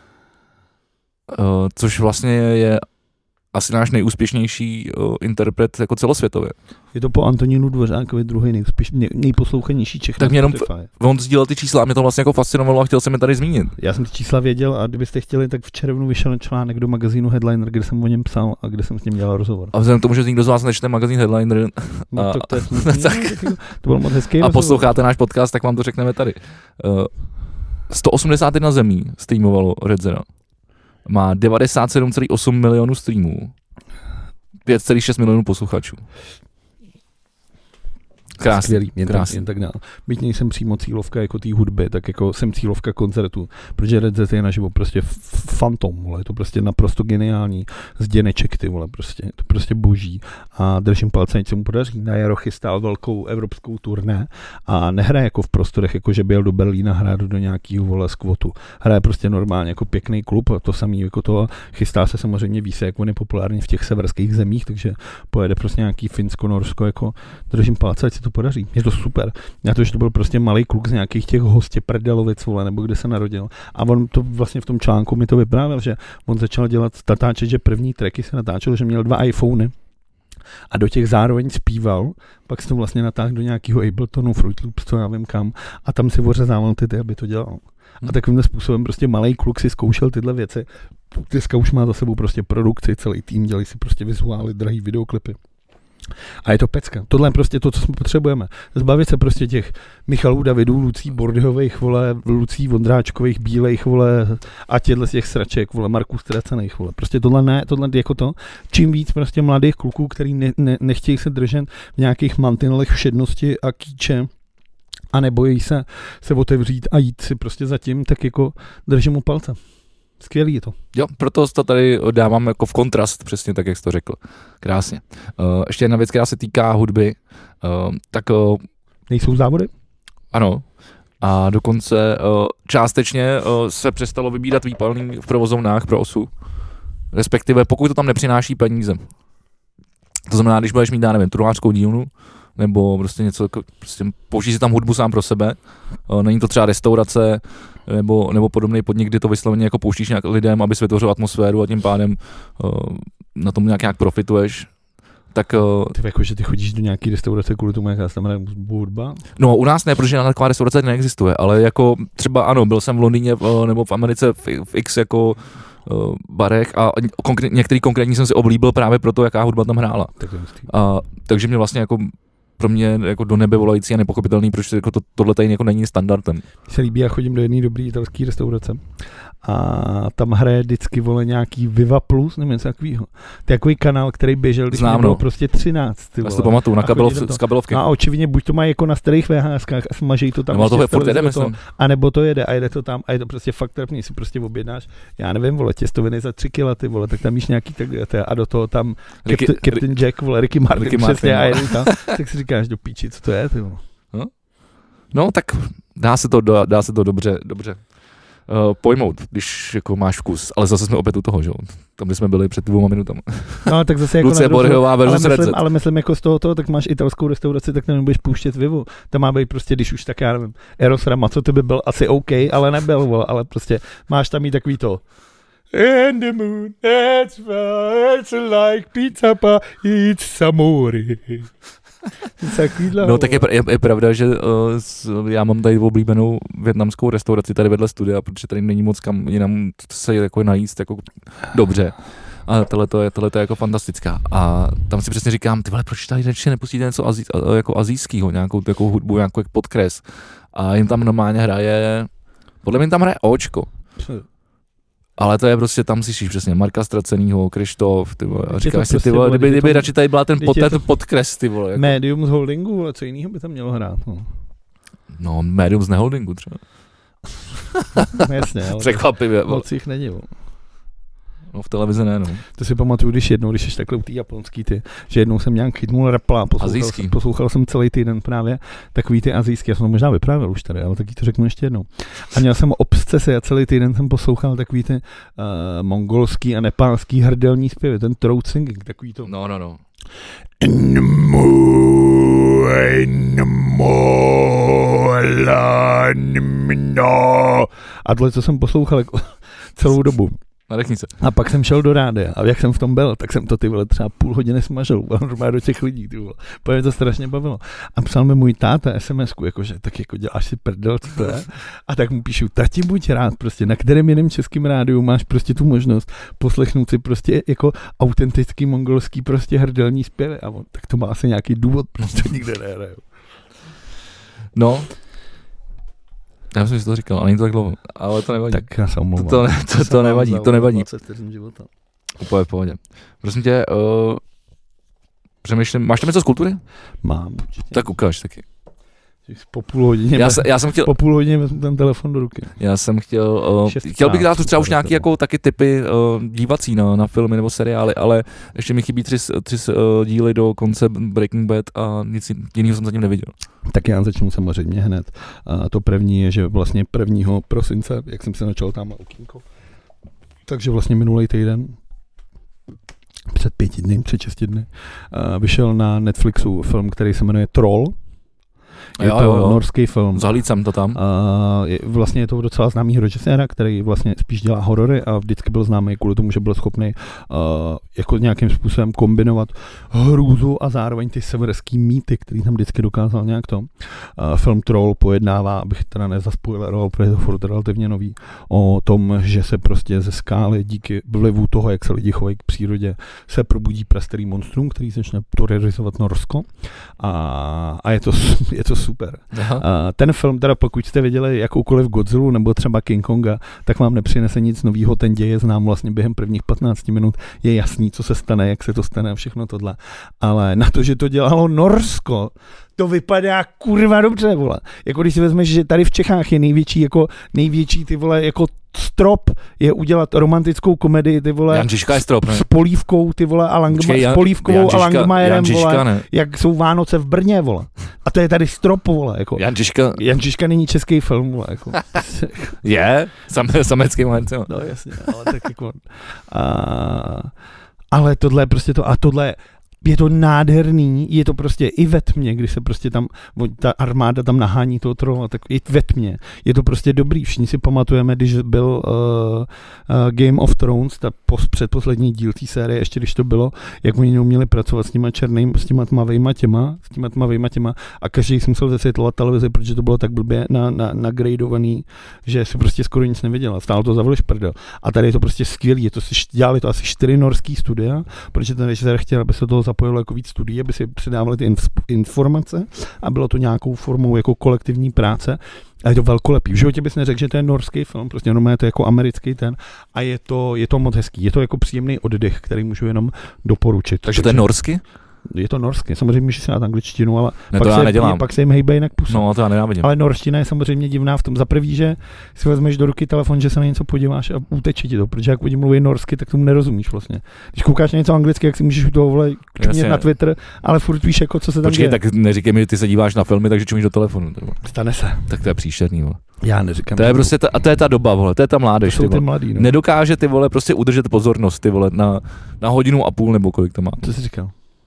což vlastně je asi náš nejúspěšnější interpret jako celosvětově. Je to po Antonínu Dvořákovi druhý nejposlouchanější Čech na Spotify. On sdílel ty čísla a mě to vlastně jako fascinovalo a chtěl jsem je tady zmínit. Já jsem ty čísla věděl a kdybyste chtěli, tak v červnu vyšel článek do magazínu Headliner, kde jsem o něm psal a kde jsem s ním dělal rozhovor. A vzhledem k tomu, že nikdo z vás nečte magazín Headliner to byl moc hezký a posloucháte náš podcast, tak vám to řekneme tady. 181 zemí streamovalo Red Zera. Má 97,8 milionů streamů. 5,6 milionů posluchačů. Skvělý, jen tak dál. Byť nejsem přímo cílovka jako té hudby, tak jako jsem cílovka koncertu, protože Red Zet je naživo prostě fantom, vole, je to prostě naprosto geniální zděneček, ty vole, prostě, je to prostě boží a držím palce, ať se mu podaří. Na jaro chystal velkou evropskou turné a nehraje jako v prostorech, jako že byl do Berlína hrát do nějakého, vole, skvotu. Hraje prostě normálně jako pěkný klub a to samý jako to, chystá se samozřejmě, ví se, jak on je populární v těch severských zemích, takže pojede prostě nějaký Finsko, Norsko, jako držím palce, ať se to podaří. Je to super. Já to, že to byl prostě malý kluk z nějakých těch hostě Prdelovic, vole, nebo kde se narodil. A on to vlastně v tom článku mi to vyprávěl, že on začal natáčet, že první tracky se natáčel, že měl 2 iPhony a do těch zároveň zpíval, pak se to vlastně natáhl do nějakého Abletonu, Fruit Loops, co já vím kam, a tam si ořezával ty, aby to dělal. A takovým způsobem prostě malý kluk si zkoušel tyhle věci. Dneska už má za sebou prostě produkci, celý tým, dělají si prostě vizuály, drahý videoklipy. A je to pecka. Tohle je prostě to, co potřebujeme. Zbavit se prostě těch Michalů Davidů, Lucí Bordyhových, vole, Lucí Vondráčkových, Bílejch, vole, a těchto těch sraček, vole, Marků Ztracených, vole. Prostě tohle ne, tohle jako to. Čím víc prostě mladých kluků, který nechtějí se držet v nějakých mantinelech všednosti a kýče a nebojí se otevřít a jít si prostě zatím, tak jako držím mu palce. Skvělý je to. Jo, proto to tady dávám jako v kontrast, přesně tak, jak jsi to řekl. Krásně. Ještě jedna věc, která se týká hudby, tak... Nejsou závody? Ano. A dokonce částečně se přestalo vybírat výpalný v provozovnách pro osu. Respektive pokud to tam nepřináší peníze. To znamená, když budeš mít, já nevím, truhlářskou dílnu, nebo prostě něco, prostě použij si tam hudbu sám pro sebe, není to třeba restaurace, nebo podobný podnik, kdy to vysloveně jako pouštíš nějak lidem, aby si vytvořil atmosféru a tím pádem na tom nějak profituješ, tak... Ty jako, že ty chodíš do nějaký restaurace kvůli tomu, jaká tam hraje hudba? No u nás ne, protože taková restaurace neexistuje, ale jako třeba ano, byl jsem v Londýně nebo v Americe v X jako barech a některý konkrétní jsem si oblíbil právě proto, jaká hudba tam hrála. Takže mě vlastně jako pro mě jako do nebe volající a nepochopitelný, proč jako tohle tady jako není standardem. Mně se líbí, já chodím do jedné dobré italské restaurace a tam hraje vždycky, vole, nějaký Viva Plus, nevím, něco takovýho. To je takový kanál, který běžel, když mě bylo prostě 13. Ty vole. Já si to pamatuju, z kabelovky. No a očividně buď to mají jako na starých VHSkách a smažejí to tam. No, to je furt jede, myslím. A nebo to jede a jede to tam a je to prostě fakt trapný, si prostě objednáš, já nevím, vole, těstoviny za 3 kg, ty vole, tak tam jíš nějaký a do toho tam Captain Jack, vole, Ricky Martin přesně a jedu tam, tak si říkáš do píči, co to je, ty vole. No tak dá se to dobře pojmout, když jako máš vkus, ale zase jsme opět u toho, že jo, tam jsme byli před 2 minutami. No tak zase jako Lucie Borhyová versus Red Zet. Ale myslím jako z toho, tak máš italskou restauraci, tak tam nebudeš pouštět Vivu. Tam má být prostě, když už tak já nevím, Eros Ramazzotti to by byl asi OK, ale nebyl, vole, ale prostě máš tam i takový to. In the moon, it's like pizza pa, it's amore. No tak je pravda, že já mám tady oblíbenou vietnamskou restauraci tady vedle studia, protože tady není moc kam jinam se jako najíst jako dobře. A tohle je jako fantastická. A tam si přesně říkám, ty vole, proč tady ještě nepustíte něco jako asijského, nějakou takovou hudbu, nějakou jako podkres. A jim tam normálně hraje, podle mě tam hraje Očko. Ale to je prostě, tam slyšíš přesně Marka Ztracenýho, Krištof, ty vole, a říkáš si, ty vole, kdyby radši tady byla ten podkres, ty vole. Jako. Medium z holdingu, ale co jiného by tam mělo hrát? No medium z neholdingu třeba. Jasně, ale překvapivě. Moc jich není, No v televizi ne, no. To si pamatuju, když jsi takhle u té japonský, že jednou jsem nějak chytnul rapla, poslouchal jsem celý týden právě takový ty asijský, já jsem to možná vyprávěl už tady, ale taky to řeknu ještě jednou. A měl jsem obsese a celý týden jsem poslouchal takový ty mongolský a nepálský hrdelní zpěvy, ten throat singing, takový to. No. A tohle, co jsem poslouchal jako celou dobu. Nadechni se. A pak jsem šel do rádia a jak jsem v tom byl, tak jsem to ty vole třeba půl hodiny smažil normálně do těch lidí, ty vole. Protože to strašně bavilo. A psal mi můj táta SMS-ku, jakože tak jako děláš si prdel, co to je? A tak mu píšu, tati buď rád, prostě na kterém jiném českém rádiu máš prostě tu možnost poslechnout si prostě jako autentický mongolský prostě hrdelní zpěvy. A on, tak to má asi nějaký důvod, prostě nikde nehraju. No. Já myslím, že to říkal, ale není to tak dlouho, ale to nevadí. Tak já se omlouvám. To nevadí, to nevadí. Úplně v pohodě. Prosím tě, Přemýšlím, máš tam něco z kultury? Mám určitě. Tak ukáž taky. Po půl hodině, já jsem chtěl, po půl hodině vezmu ten telefon do ruky. Já jsem chtěl bych dát třeba už nějaký jako taky typy dívací na filmy nebo seriály, ale ještě mi chybí 3 díly do konce Breaking Bad a nic jiného jsem zatím neviděl. Tak já začnu samozřejmě hned. To první je, že vlastně 1. prosince, jak jsem se načal tam okýnko, takže vlastně minulý týden, před 6 dny, vyšel na Netflixu film, který se jmenuje Troll. Je to norský film. Zahlíd jsem to tam. Vlastně je to docela známý režiséra, který vlastně spíš dělá horory a vždycky byl známý kvůli tomu, že byl schopný jako nějakým způsobem kombinovat hrůzu a zároveň ty severský mýty, který tam vždycky dokázal nějak to. Film Troll pojednává, abych teda nezaspoileroval, protože je to furt relativně nový, o tom, že se prostě ze skály díky vlivu toho, jak se lidi chovají k přírodě, se probudí prastarý monstrum, který začne terorizovat Norsko a je to super. Ten film, teda pokud jste viděli jakoukoliv Godzillu nebo třeba King Konga, tak vám nepřinese nic novýho, ten děj je znám vlastně během prvních 15 minut, je jasný, co se stane, jak se to stane a všechno tohle. Ale na to, že to dělalo Norsko, to vypadá kurva dobře, vole. Jako když si vezmeš, že tady v Čechách je největší ty vole, jako strop je udělat romantickou komedii, ty vole. Jan Žižka je strop, ne? S polívkou, ty vole, s polívkovou a Langmajerem, vole. Jak jsou Vánoce v Brně, vole. A to je tady strop, vole, jako. Jan Žižka není český film, vole, jako. Je? Samecký moment, jo. No jasně, ale tak jako. Ale tohle je prostě to, a tohle je to nádherný, je to prostě i ve tmě, když se prostě tam, ta armáda tam nahání toho trolla, tak i ve tmě. Je to prostě dobrý, všichni si pamatujeme, když byl Game of Thrones, ta předposlední díl té série, ještě když to bylo, jak oni neuměli pracovat s těma tmavejma těma a každý si musel vysvětlovat televizi, protože to bylo tak blbě nagradovaný, že si prostě skoro nic nevěděla. Stálo to za vliš prdel. A tady je to prostě skvělý, dělali to asi 4 norský studia, protože ten režisér chtěl, aby se toho zapojilo jako víc studií, aby si předávali ty informace a bylo to nějakou formou jako kolektivní práce. A je to velkolepý. V životě bys neřekl, že to je norský film, prostě normálně to je jako americký ten a je to moc hezký. Je to jako příjemný oddech, který můžu jenom doporučit. Takže to je norsky? Je to norský, samozřejmě můžeš si dát angličtinu, ale pak se jim hejbe jinak pusou. No, to já nenávidím. Ale norština je samozřejmě divná v tom. Za prvý, že si vezmeš do ruky telefon, že se na něco podíváš a uteče ti to, protože jak oni mluví norsky, tak tomu nerozumíš vlastně. Když koukáš na něco anglicky, jak si můžeš u toho vole čumět na Twitter, ale furt víš, jako co se tam děje. Tak neříkej mi, že ty se díváš na filmy, takže čumíš do telefonu. Stane se. Tak to je příšerný, vole. Já neříkám. To je prostě to je ta doba, vole, to je ta mládež, to jsou ty mladý, no. Nedokáže ty vole prostě udržet pozornost, ty vole, na hodinu a půl nebo kolik to má. Co jsi říkal?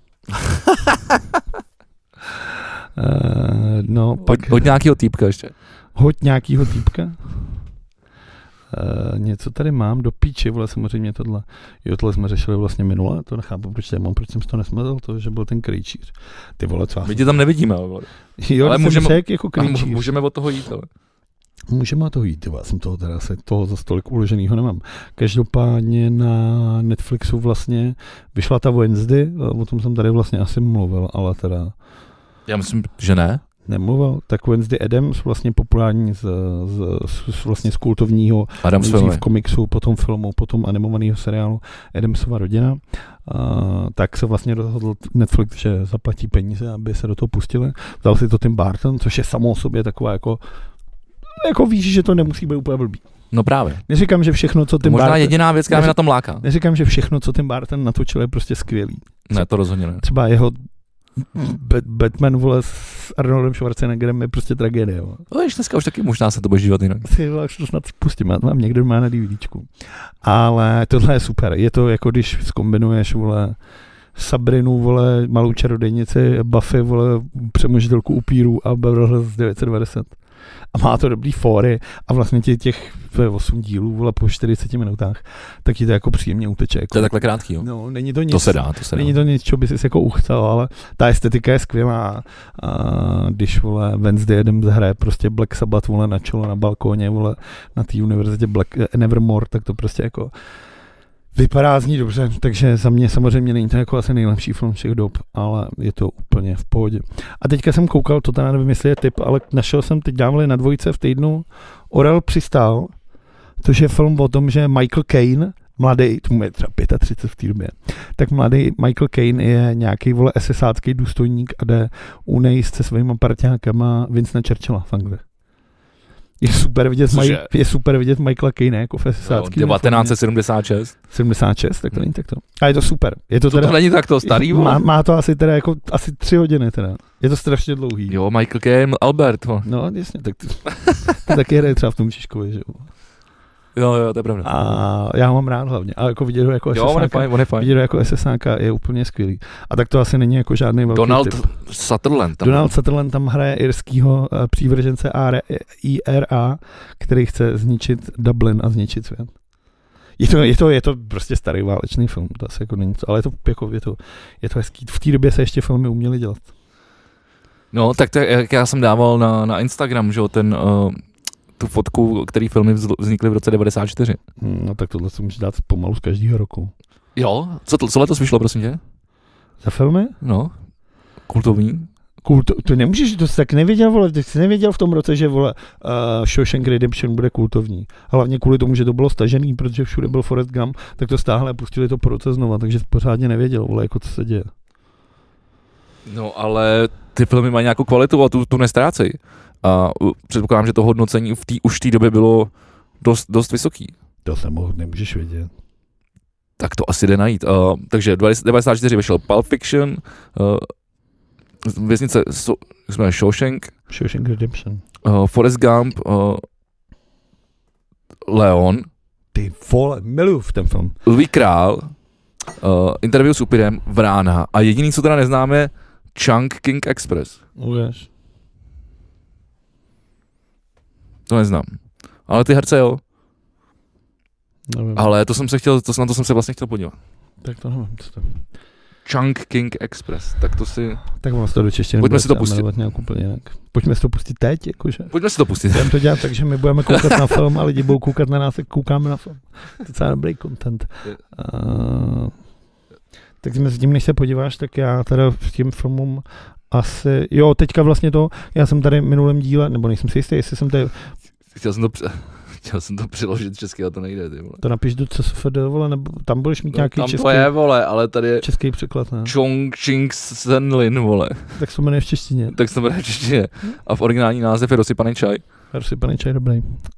No, pak... Hoď nějakýho týpka ještě. Hoď nějakýho týpka? Něco tady mám do píči, vole, samozřejmě tohle. Jo, tohle jsme řešili vlastně minule, to nechápu, proč jsem to nesmazal, to, že byl ten krejčíř. Ty vole, co? My tě tam nevidíme, ale jo, ale jako můžeme od toho jít, ale. Můžeme to jít, já jsem toho za stolik uloženýho nemám. Každopádně na Netflixu vlastně vyšla ta Wednesday, o tom jsem tady vlastně asi mluvil, ale teda... Já myslím, že ne. Nemluvil, tak Wednesday Addams, vlastně populární vlastně z kultovního v komiksu, potom filmu, potom animovaného seriálu Addamsova rodina, tak se vlastně rozhodl Netflix, že zaplatí peníze, aby se do toho pustili. Vzal si to Tim Burton, což je samo o sobě taková jako víš, že to nemusí být úplně blbý. No právě. Neříkám, že všechno, co Tim Burton... Možná jediná věc, která mě na tom láká. Neříkám, že všechno, co Tim Burton natočil, je prostě skvělý. Ne, to rozhodně ne. Třeba jeho Batman, vole, s Arnoldem Schwarzeneggerem je prostě tragédie. No víš, dneska už taky možná se to bude dívat jinak. Už to snad spustím, já to mám někdo má na DVDčku. Ale tohle je super. Je to jako když zkombinuješ, vole, Sabrinu, vole, malou čarodejnici, Buffy, vole, přemožitelku upírů a Beverly Hills 990. A má to dobrý fóry a vlastně těch 8 dílů, vole, po 40 minutách, tak ti to jako příjemně uteče. Jako. To je takhle krátký, jo? No, není to nic. To se dá. Není to nic, co by si jako uchcel, ale ta estetika je skvělá. A když, vole, Wednesday Addams hraje prostě Black Sabbath, vole, na čelo na balkóně, vole, na té univerzitě Nevermore, tak to prostě jako vypadá z ní dobře, takže za mě samozřejmě není to jako asi nejlepší film všech dob, ale je to úplně v pohodě. A teďka jsem koukal, to teda nevím, jestli je tip, ale našel jsem, teď dávali na Dvojce v týdnu, Orel přistál, což je film o tom, že Michael Caine mladý, tomu je třeba 35 v té době, tak mladý Michael Caine je nějaký, vole, SSácký důstojník a jde unejst se svýma parťákama Winston Churchilla v Anglii. Je super vidět Michaela Caine jako v SSácký. 1976. 76, tak to není takto. A je to super. Je to teda, to není takto starý, má to asi teda jako asi 3 hodiny teda. Je to strašně dlouhý. Jo, Michael Caine, Albert. No, jasně, tak to taky hraje třeba v tom Žižkovi, že jo. Jo, to je pravda. A já ho mám rád hlavně. A jako vidět ho jako SSáka. On je fajn. Vidět ho jako SSáka je úplně skvělý. A tak to asi není jako žádný velký Donald typ. Sutherland tam hraje irskýho přívržence IRA, který chce zničit Dublin a zničit svět. Je to prostě starý válečný film, to asi jako není co, ale je to hezký. V té době se ještě filmy uměly dělat. No, tak to, jak já jsem dával na Instagram, že ten tu fotku, který filmy vznikly v roce 94. No tak tohle si můžeš dát pomalu z každého roku. Jo? Co letos vyšlo, prosím tě? Za filmy? No, kultovní. To nemůžeš, to jsi tak nevěděl, vole, ty jsi nevěděl v tom roce, že vole Shawshank Redemption bude kultovní. Hlavně kvůli tomu, že to bylo stažený, protože všude byl Forrest Gump, tak to stáhle a pustili to po roce znova, takže jsi pořádně nevěděl, vole, jako co se děje. No ale ty filmy mají nějakou kvalitu a tu nestrácej. A předpokládám, že to hodnocení už v té době bylo dost vysoký. To nemůžeš vědět. Tak to asi jde najít. Takže 94 vyšel Pulp Fiction, věznice Shawshank Redemption, Forrest Gump, Leon. Ty vole, miluju v ten film. Lví král, Interview s upirem, Vrána a jediný, co teda neznáme, je Chunk King Express. Uvěř. To neznám. Ale ty herce jo. Nevím. Ale na to jsem se vlastně chtěl podívat. Tak to nevím, co to je. Chunk King Express, tak to si... Tak mám to do češtiny. Pojďme si to pustit. Nějak úplně jinak. Pojďme si to pustit teď, jakože. Pojďme si to pustit. Budeme to dělat tak, že my budeme koukat na film a lidi budou koukat na nás, jak koukáme na film. To je docela dobrý content. Tak s tím, než se podíváš, tak já teda s tím filmům asi... Jo, teďka vlastně to, já jsem tady v minulém díle, nebo nejsem si jistý, jestli jsem tady... Chtěl jsem to přeložit česky, ale to nejde, ty vole. To napiš do CSFD, vole, nebo tam budeš mít nějaký tam český... Tam to je, vole, ale tady je... Český překlad, ne? Chong Ching Senlin, vole. Tak se to jmenuje v češtině. A v originální název je Rozsypaný čaj. Rozsypaný čaj, dobrý.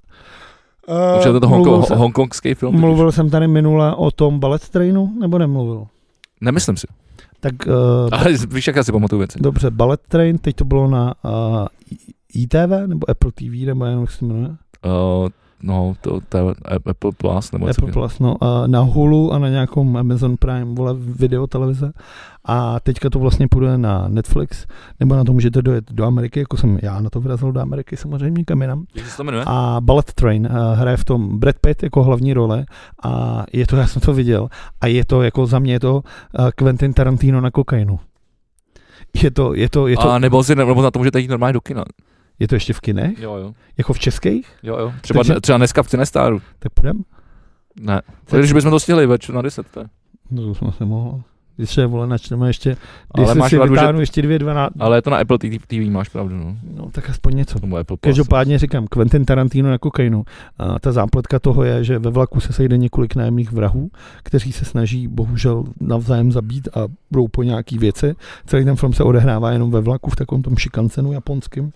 Už je to hongkongský film. Mluvil jsem tady minule o tom Bullet Trainu, nebo nemluvil? Nemyslím si. Tak, ale víš, jak já si pamatuju věci. Dobře, Bullet Train, teď to bylo na ITV, nebo Apple TV, nebo jak se jmenuje? No, to je Apple Plus, nebo Apple Plus, no, na Hulu a na nějakou Amazon Prime, vole, videotelevize. A teďka to vlastně půjde na Netflix, nebo na to můžete dojet do Ameriky, jako jsem já na to vyrazil do Ameriky, samozřejmě kam jinam. Jak se to jmenuje? A Bullet Train hraje v tom Brad Pitt jako hlavní role a je to, já jsem to viděl, a je to jako za mě je to Quentin Tarantino na kokainu. Je to. A nebo na tom, že teď normálně do kina. Je to ještě v kinech? Jo. Jako v českých? Jo. Třeba dneska v Cinestaru. Tak půjdem? Ne. Když bychom to stihli na 10. No to jsme se mohli. Když je, vole, načneme ještě, ale máš si pravdu, že... ještě 2 Ale je to na Apple TV máš pravdu, no. No tak aspoň něco. Každopádně říkám, Quentin Tarantino na kokainu. A ta zápletka toho je, že ve vlaku se sejde několik nájemných vrahů, kteří se snaží bohužel navzájem zabít a budou po nějaký věci. Celý ten film se odehrává jenom ve vlaku v takovém tom Shinkansenu japonským.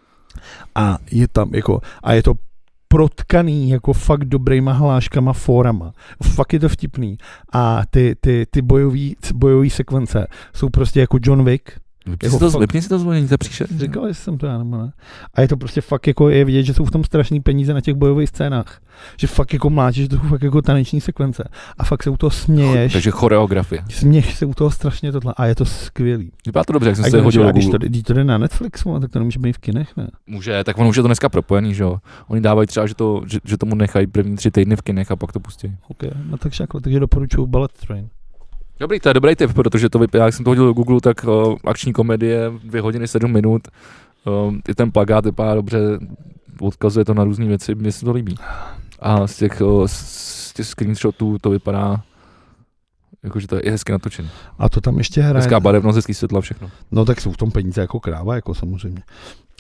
A je tam jako, a je to protkaný jako fakt dobrýma hláškama, fórama. Fakt je to vtipný. A ty bojový sekvence jsou prostě jako John Wick. Vypni si to zvonění, to příšerný. Říkal, jestli jsem to já nebo ne. A je to prostě fakt jako je vidět, že jsou v tom strašný peníze na těch bojových scénách. Že fakt jako mlátíš, že to jsou fakt jako taneční sekvence. A fakt se u toho směješ. Takže choreografie. Směješ se u toho strašně tohle. A je to skvělý. Vypadá to dobře, jak jsem se hodil do Google. Když to jde na Netflix, tak to nemůže být v kinech, ne? Může, tak ono už je to dneska propojený, že jo. Oni dávají třeba, že tomu nechají první 3 týdny v kinech a pak to pustí. Okay, no takže doporučuju Bullet Train. Dobrý, to je dobrý tip, protože to vypadá, jak jsem to hodil do Google, tak akční komedie, 2 hodiny 7 minut, i ten plakát vypadá dobře, odkazuje to na různé věci, mně se to líbí. A z těch screenshotů to vypadá, jakože to je hezky natočené. A to tam ještě hraje. Hezká barevnost, hezký světla, všechno. No tak jsou v tom peníze jako kráva, jako samozřejmě.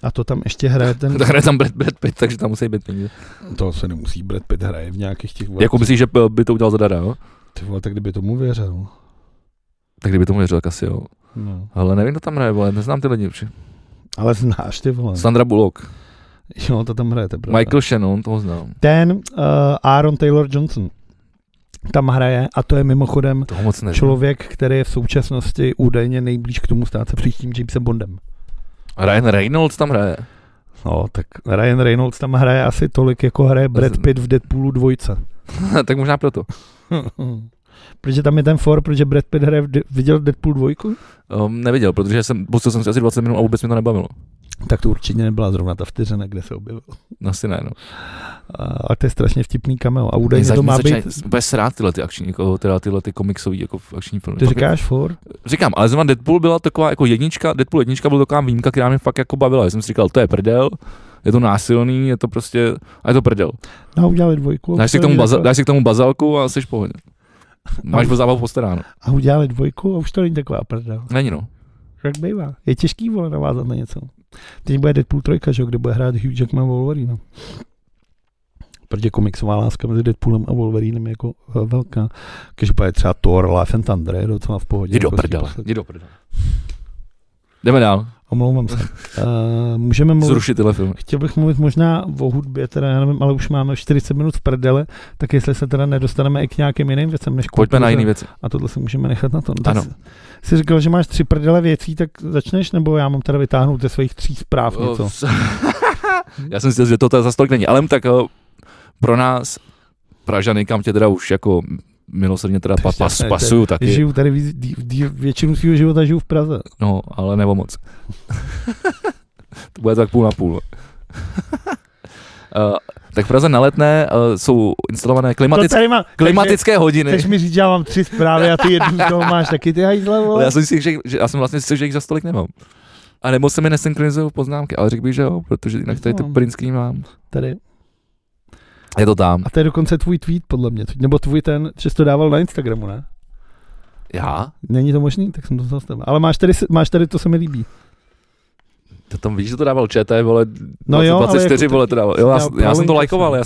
A to tam ještě hraje ten... To hraje tam Brad Pitt, takže tam musí být peníze. To se nemusí, Brad Pitt hraje v nějakých těch... Jako myslíš, že by to udělal zadara, jo? Ty vole, tak kdyby tomu věřil. Tak kdyby tomu věřil, tak asi jo. No. Ale nevím, kdo tam hraje, vole, neznám ty lidi určitě. Ale znáš ty vole. Sandra Bullock. Jo, to tam hraje, to je pravda. Michael Shannon, toho znám. Ten Aaron Taylor Johnson tam hraje a to je mimochodem člověk, který je v současnosti údajně nejblíž k tomu stát se příštím Jamesem Bondem. Ryan Reynolds tam hraje. No, tak Ryan Reynolds tam hraje asi tolik, jako hraje Brad Pitt v Deadpoolu 2. Tak možná proto. Protože tam je ten for, protože Brad Pitt hraje, viděl Deadpool 2? Neviděl, protože pustil jsem si asi 20 minut a vůbec mi to nebavilo. Tak to určitě nebyla zrovna ta vteřina, kde se objevil. Asi ne, no. A to je strašně vtipný cameo. A údajně to má být... Bez rád tyhle ty akční, jako, teda tyhle ty komiksový jako akční filmy. Ty říkáš for? Říkám, ale zrovna Deadpool byla taková jako jednička, Deadpool 1 byla taková výjimka, která mě fakt jako bavila. Já jsem si říkal, to je prdel, je to násilný, je to prostě, a je to prdel. No, udělali 2. Dáš si k tomu bazalku a jsi v pohodě. Máš po zábavu postaráno. A udělali 2 a už to není taková prdel. Není, no. Jak bývá. Je těžký, vole, navázat na něco. Teď bude Deadpool 3, že? Kde bude hrát Hugh Jackman Wolverine. Protože komiksová láska mezi Deadpoolem a Wolverinem je jako velká. Když bude třeba Thor, Love and Thunder, je docela v pohodě. Jdi do prdele. Jdeme dál. Omlouvám se. Můžeme mluvit... Zrušit tyhle filmy. Chtěl bych mluvit možná o hudbě, teda já nevím, ale už máme 40 minut v prdele, tak jestli se teda nedostaneme i k nějakým jiným věcem, než pojďme na jiné věci. A tohle si můžeme nechat na to. Ano. Jsi říkal, že máš 3 prdele věcí, tak začneš, nebo já mám teda vytáhnout ze svých 3 zpráv něco? Já jsem si říkal, že to za stolik není, ale tak pro nás, Pražany, kam tě teda už jako milosrdně teda pasuju taky. Žiju tady většinu svého života žiju v Praze. No, ale nebo moc. To bude tak půl na půl. Tak v Praze na Letné jsou instalované klimatické hodiny. Chceš mi říct, že já mám 3 zprávy a ty jednu z toho máš taky ty hajzle, vole? Já jsem vlastně si, že jich za stolik nemám. A nebo se mi nesynchronizují poznámky, ale řekl bych, že jo, protože jinak tady to print screen mám. Tady. Je to tam. A to je dokonce tvůj tweet, podle mě. Nebo tvůj ten, že jsi to dával na Instagramu, ne? Já? Není to možný? Tak jsem to zastavil. Ale máš tady, to se mi líbí. To tam víš, že to dával ČT, vole, no 24, vole, to dával. Jo, já jsem to lajkoval.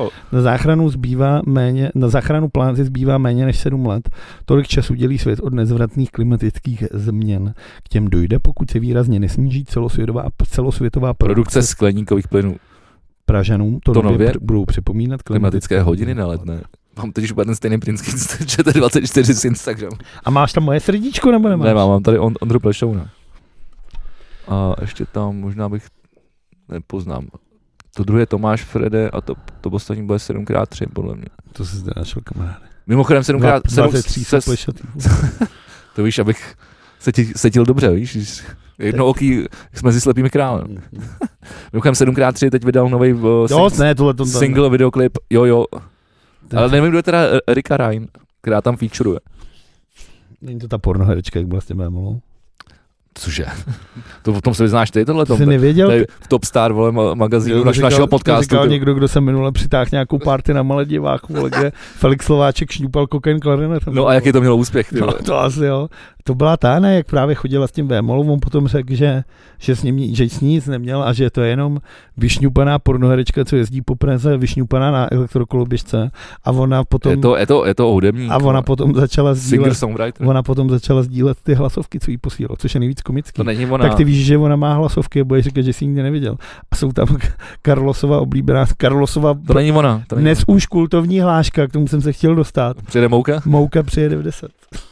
Na záchranu planety zbývá méně než 7 let. Tolik času dělí svět od nezvratných klimatických změn. K těm dojde, pokud se výrazně nesníží celosvětová produkce skleníkových plynů. Pražanům to nově budou připomínat klimatické hodiny na Letné. Mám totiž úplně ten stejný print screen z ČT24 z Instagramu. A máš tam moje srdíčko, nebo nemáš? Nemám, mám tady Ondru Plešouna. A ještě tam možná bych nepoznám. To druhé Tomáš Frede a to poslední bude 7x3, podle mě. To si zde našel, kamaráde. Mimochodem 7x3 to víš, abych se cítil dobře, víš? Jednooký jsme si slepými králem. Mimochodem 7x3 teď vydal nový single videoklip, jo. Ale nevím, kdo je teda Erika Ryan, která tam featuruje. Není to ta pornoherečka, jak byla s tím Vémolou? Cože? To o tom se vyznáš ty tohle? Jsi nevěděl? V Top Star, vole, magazínu našeho podcastu. Říkal někdo, kdo se minule přitáhl nějakou party na Maledivách, vole, kde Felix Slováček šňupal kokain klarinetem. No a jaký to mělo úspěch? No, to asi jo. To byla ta, ne, jak právě chodila s tím Vémolou, on potom řekl, že s ní nic neměl a že to je jenom vyšňupaná pornoherečka, co jezdí po Praze, vyšňupaná na elektrokoloběžce a ona potom... Je to hudebník. A ona potom začala sdílet ty hlasovky, co jí posílalo, což je nejvíc komický. To není ona. Tak ty víš, že ona má hlasovky a budeš říkat, že jsi nikdy neviděl. A jsou tam Carlosova oblíbená, To není ona. Dnes už kultovní hláška, k tomu jsem se chtěl dostat. Přijede Mouka? Mouka přijede v 10.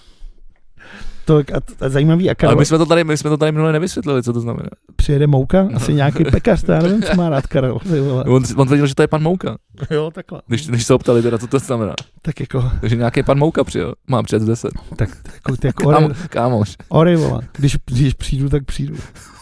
A zajímavý. Ale my jsme to tady minule nevysvětlili, co to znamená. Přijede Mouka? Asi nějaký pekař, já nevím, co má rád Karel. On věděl, že to je pan Mouka. Jo, takhle. Když se optali teda, co to znamená. Tak jako... Takže nějaký pan Mouka přijel, má před 10. Tak jako kámoš. Ory, vola. Když přijdu, tak přijdu.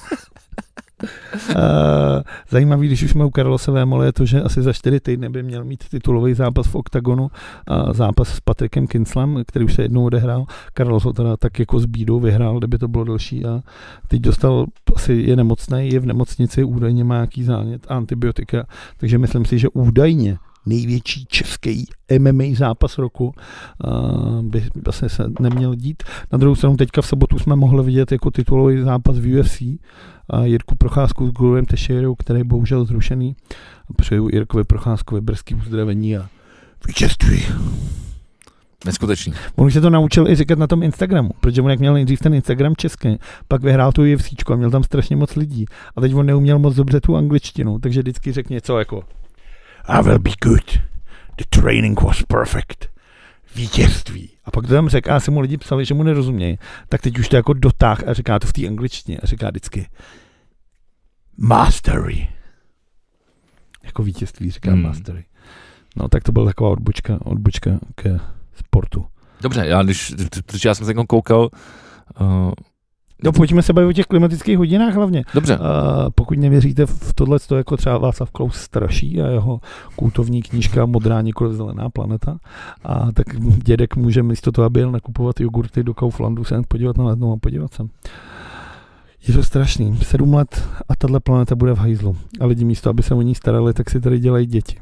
Zajímavý, když už jsme u Carlose Vémoly, je to, že asi za 4 týdny by měl mít titulový zápas v Oktagonu, zápas s Patrickem Kinslem, který už se jednou odehrál. Carlos ho teda tak jako s bídou vyhrál, kdyby to bylo delší a teď dostal, asi je nemocný, je v nemocnici, údajně má nějaký zánět, antibiotika, takže myslím si, že údajně největší český MMA zápas roku by vlastně se neměl dít. Na druhou stranu teďka v sobotu jsme mohli vidět jako titulový zápas v UFC Jirku Procházku s Gloriem Teixeirou, který je bohužel zrušený. Přeju Jirkovi Procházkovi brzký uzdravení a vítězství. Neskutečný. On už se to naučil i říkat na tom Instagramu, protože on jak měl nejdřív ten Instagram český, pak vyhrál tu UFCčku a měl tam strašně moc lidí. A teď on neuměl moc dobře tu angličtinu, takže vždycky řekne něco jako I will be good. The training was perfect. Vítězství. A pak to tam řekl, a si mu lidi psali, že mu nerozumějí. Tak teď už to jako dotáh a říká to v té angličtině a říká vždycky mastery. Jako vítězství říká mastery. No tak to byla taková odbočka ke sportu. Dobře, protože já jsem se koukal. No pojďme se bavit o těch klimatických hodinách hlavně. Dobře. Pokud nevěříte v tohle, to jako třeba Václav Klaus straší a jeho kultovní knížka Modrá nikoliv zelená planeta, a tak dědek může místo toho, aby jel nakupovat jogurty do Kauflandu, se podívat na lednou a podívat se. Je to strašný. 7 let a tahle planeta bude v hajzlu. A lidi místo, aby se o ní starali, tak si tady dělají děti.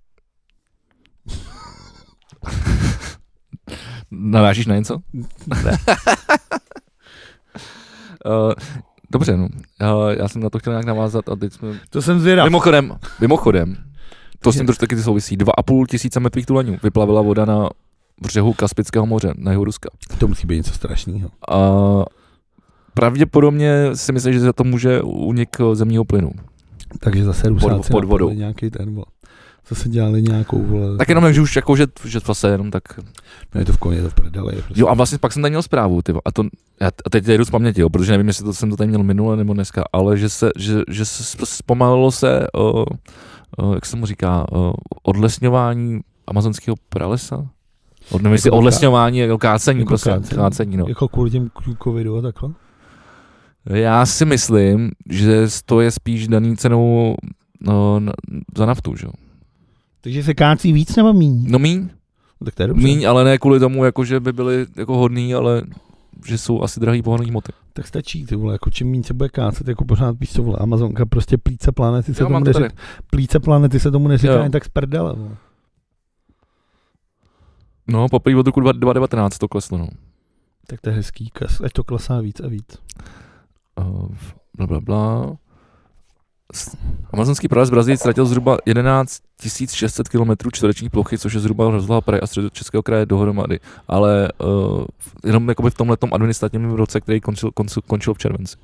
Navážíš na něco? Dobře, no. Já jsem na to chtěl nějak navázat a teď jsme... To jsem zvědav. Mimochodem, to s tím trošku taky souvisí. 2,5 tisíce mrtvých tuleňů vyplavila voda na břehu Kaspického moře, na jihu Ruska. To musí být něco strašného. Pravděpodobně si myslím, že za to může únik zemního plynu. Takže zase Rusáci pod vodou. Nějaký ten, zase dělali nějakou, vole. Tak jenom, že už jako, že zase jenom tak... No je to v koně, je to v prdele. Prostě. Jo a vlastně pak jsem tady měl zprávu, a teď jdu z paměti, jo, protože nevím, jestli jsem to tady měl minule nebo dneska, ale že se zpomalilo se, jak se mu říká, odlesňování amazonského pralesa? Nevím, jestli odlesňování, jako kácení, jako prostě, kácení, no. Jako kvůli těm covidu a takhle? Já si myslím, že to je spíš daný cenou za naftu, že jo. Takže se kácí víc nebo míň? No míň. Tak to je dobře. Míň, ale ne kvůli tomu, jako, že by byli jako hodný, ale že jsou asi drahý pohonný hmoty. Tak stačí, ty vole, jako čím míň se bude kácet, jako pořád víš co, vole, Amazonka, prostě plíce planety se tomu neříká. Plíce planety se tomu neříká jen tak z prdele, vole. No, poprvé od roku 2019 to kleslo, no. Tak to je hezký, ať to klesá víc a víc. Blablabla. Amazonský prales Brazílie ztratil zhruba 11 600 km čtverečních plochy, což je zhruba rozloha Prahy a Středočeského kraje dohromady. Ale jenom jakoby v tomhletom administrativním roce, který končil v červenci.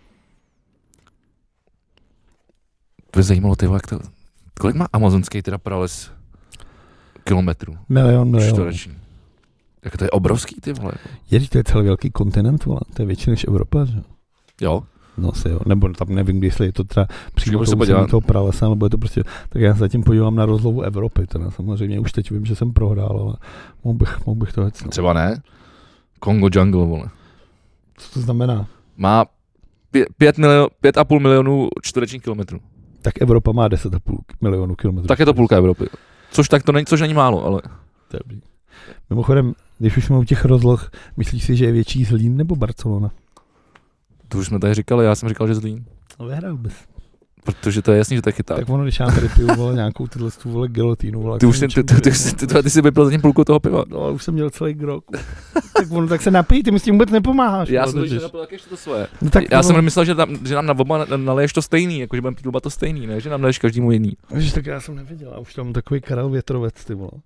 To je zajímalo, ty vole, kolik má amazonský teda prales kilometrů? Milion. Čtvereční. Jak to je obrovský, ty vole. To je celý velký kontinent, vole. To je větší než Evropa, že? Jo. No si jo, nebo tam nevím, jestli je to třeba přímo toho pralesa, nebo je to prostě, tak já se zatím podívám na rozlohu Evropy, teda samozřejmě už teď vím, že jsem prohrál, ale mohl bych to hecnout. Třeba ne? Congo Jungle, vole. Co to znamená? Má 5,5 milionů čtverečních kilometrů. Tak Evropa má 10,5 milionů kilometrů. Tak je to půlka Evropy. Což není málo, ale... Dobrý. Mimochodem, když už jsme u těch rozloh, myslíš si, že je větší Zlín nebo Barcelona? To už jsme tady říkali, já jsem říkal, že Zlín. No vyhrál bys. Protože to je jasný, že to je chyták. Tak ono, když já tady piju, vole, nějakou tyhle vole gilotínu, vole. Ty jsi vypil zatím půlku toho piva. No, už jsem měl celý grok. Tak ono, tak se napij, ty mi s tím vůbec nepomáháš. Já jsem to napil ještě to svoje. No, tak já jsem myslel, že nám na oba naleješ to stejný, jako že budeme pít oba to stejný, ne? Že nám naleješ každému jiný. Víš, tak já jsem nevěděl, a už tam takový Karel Větrovec, ty vole.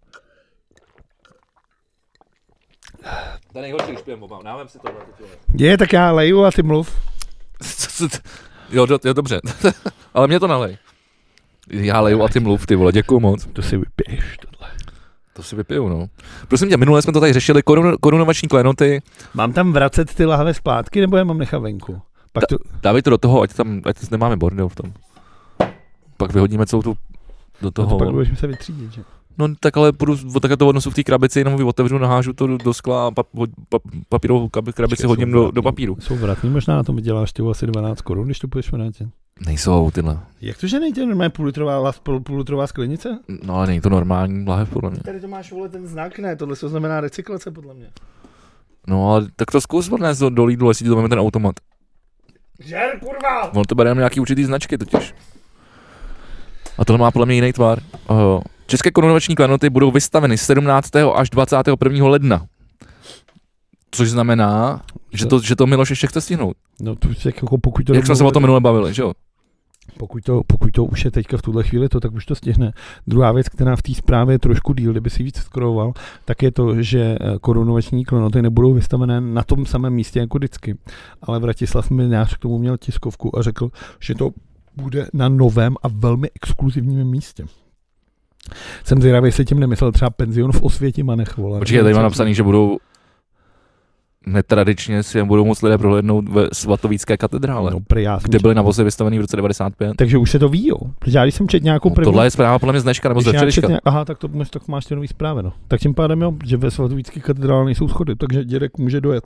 To je nejhorší, když pijeme oba, návem si tohle. Je, tak já leju a ty mluv. Jo, dobře, ale mě to nalej. Já leju a ty mluv, ty vole, děkuju moc. To si vypiješ tohle. To si vypiju, no. Prosím tě, minule jsme to tady řešili, korunovační klenoty. Mám tam vracet ty lahve zpátky, nebo je mám nechat venku? Dávej to do toho, ať nemáme bordel v tom. Pak vyhodíme celou tu do toho. No to pak budeš se vytřídit, že? No tak ale půjdu takhle to odnosu v té krabici, jenom otevřu, nahážu to do skla a papírovou krabici hodím do papíru. Jsou vratný, možná na tom vyděláš ty asi 12 korun, když to půjdeš vrátit. Nejsou tyhle. Jak to, že nejde normálně půllitrová sklenice? No ale není to normální lahev, podle mě. Tady to máš, vole, ten znak, ne? Tohle se znamená recyklace, podle mě. No ale tak to zkus odnést do Lidlu, jestli to máme ten automat. Žer, kurva! On to bere nějaký určitý značky totiž. A tohle má podle mě jiný tvar. České korunovační klenoty budou vystaveny 17. až 21. ledna. Což znamená, že to Miloš ještě chce stihnout. No to jako pokud to... Jak jsme se o tom minule bavili, že jo? Pokud to už je teďka v tuhle chvíli tak už to stihne. Druhá věc, která v té zprávě je trošku díl, kdyby si víc scrolloval, tak je to, že korunovační klenoty nebudou vystavené na tom samém místě jako vždycky. Ale Vratislav Mlynář k tomu měl tiskovku a řekl, že to bude na novém a velmi exkluzivním místě. Jsem zvědavý, jestli tím nemyslel třeba penzion v Osvětimanech, vole. Počkej, tady mám napsaný, že budou netradičně si budou moct lidé prohlédnout ve Svatovícké katedrále, kde byly naposledy vystavený v roce 95. Takže už se to ví, jo. Protože já když jsem četl nějakou první... Tohle je zpráva podle mě z dneška nebo ze včerejška. Aha, tak máš ty nový zprávy, no. Tak tím pádem jo, že ve Svatovícké katedrále nejsou schody, takže dědek může dojet.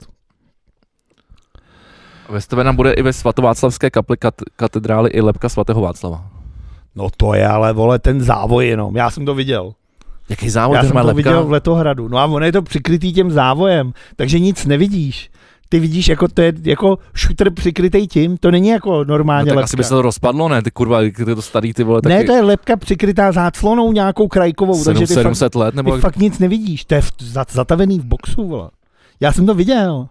Vystavena bude i ve Svatováclavské kapli katedrály i lebka svatého Václava. No to je ale, vole, ten závoj jenom, já jsem to viděl. Jaký závoj? Já jsem to viděl v Letohradu, no a ono je to přikrytý tím závojem, takže nic nevidíš. Ty vidíš, jako to je jako šuter přikrytej tím, to není jako normálně no, tak lebka. asi by se to rozpadlo, ne? Ty kurva, ty to starý, ty vole, taky... Ne, to je lebka přikrytá záclonou nějakou krajkovou, takže ty 700 let, nebo... Ty fakt nic nevidíš, to je zatavený v boxu, vole. Já jsem to viděl.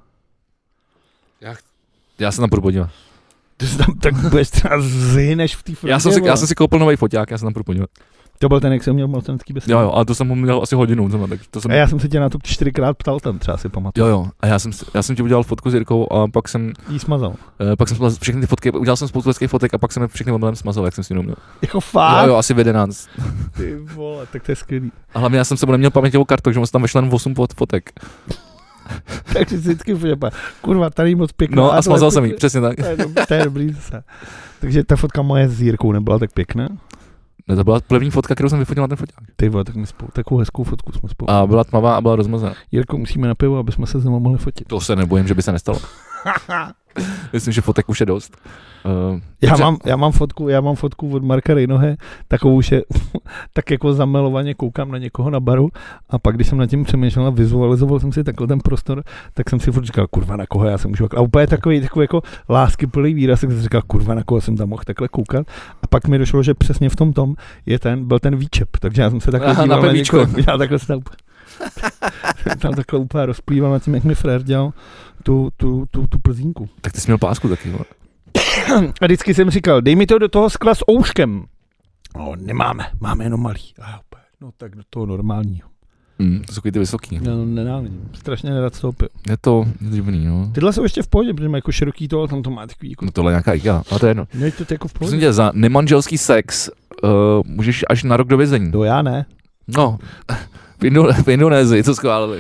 Já se tam budu podívat. Ty se tam tak budeš třeba zhyneš v té frontě, já jsem si koupil nový foťák, já se tam budu podívat. To byl ten, jak jsem měl mocenský besed. Jo, ale to jsem mu měl asi hodinu. A já jsem se tě na to 4krát ptal tam, třeba si pamatuju. Jo, a já jsem ti udělal fotku s Jirkou a pak jsem... Jí smazal. Pak jsem všechny ty fotky, udělal jsem spoustu hezkých fotek a pak jsem je všechny omylem smazal, jak jsem si jenom měl. Jako fakt? Jo, asi v 11. Ty vole, tak to je skvělý. A hlavně já jsem se neměl paměťovou kartu, takže jsem tam vyšel jen 8 fotek. Takže si vždycky poděpá, kurva, tady moc pěkná. No a smazal jsem jí, přesně tak. To je dobrý zase. Takže ta fotka moje s Jirkou nebyla tak pěkná? Ne, to byla první fotka, kterou jsem vyfotil na ten foťák. Ty vole, tak my takovou hezkou fotku jsme spolu. A byla tmavá a byla rozmazaná. Jirko, musíme na pivo, aby jsme se znovu mohli fotit. To se nebojím, že by se nestalo. Myslím, že fotek už je dost. Já mám fotku od Marka Rejnohe, takovou, že tak jako zamilovaně koukám na někoho na baru a pak, když jsem nad tím přemýšlel a vizualizoval jsem si takhle ten prostor, tak jsem si furt říkal, kurva, na koho já jsem můžu. A úplně takový jako láskyplný výraz, tak jsem si říkal, kurva, na koho jsem tam mohl takhle koukat. A pak mi došlo, že přesně v tom byl ten výčep, takže já jsem se takhle díval na někoho, já takhle se tam takhle úplně rozplýval nad tím, jak mi frér dělal tu plzínku. Tak ty jsi měl pásku taky, vole. A vždycky jsem říkal, dej mi to do toho skla s ouškem. No, máme jenom malý. No tak do toho normálního. To jsou ty vysoký. No, nenávidím, strašně nerad z toho piju. Je to divný, no. Tyhle jsou ještě v pohodě, protože má jako široký to, ale tam to má takový jako... No tohle je nějaká IKEA, ale to je jedno. No, to jako v pohodě. Prosím tě, za nemanželský sex můžeš až na rok do vězení. To já ne. No, v Indonésii to schválili.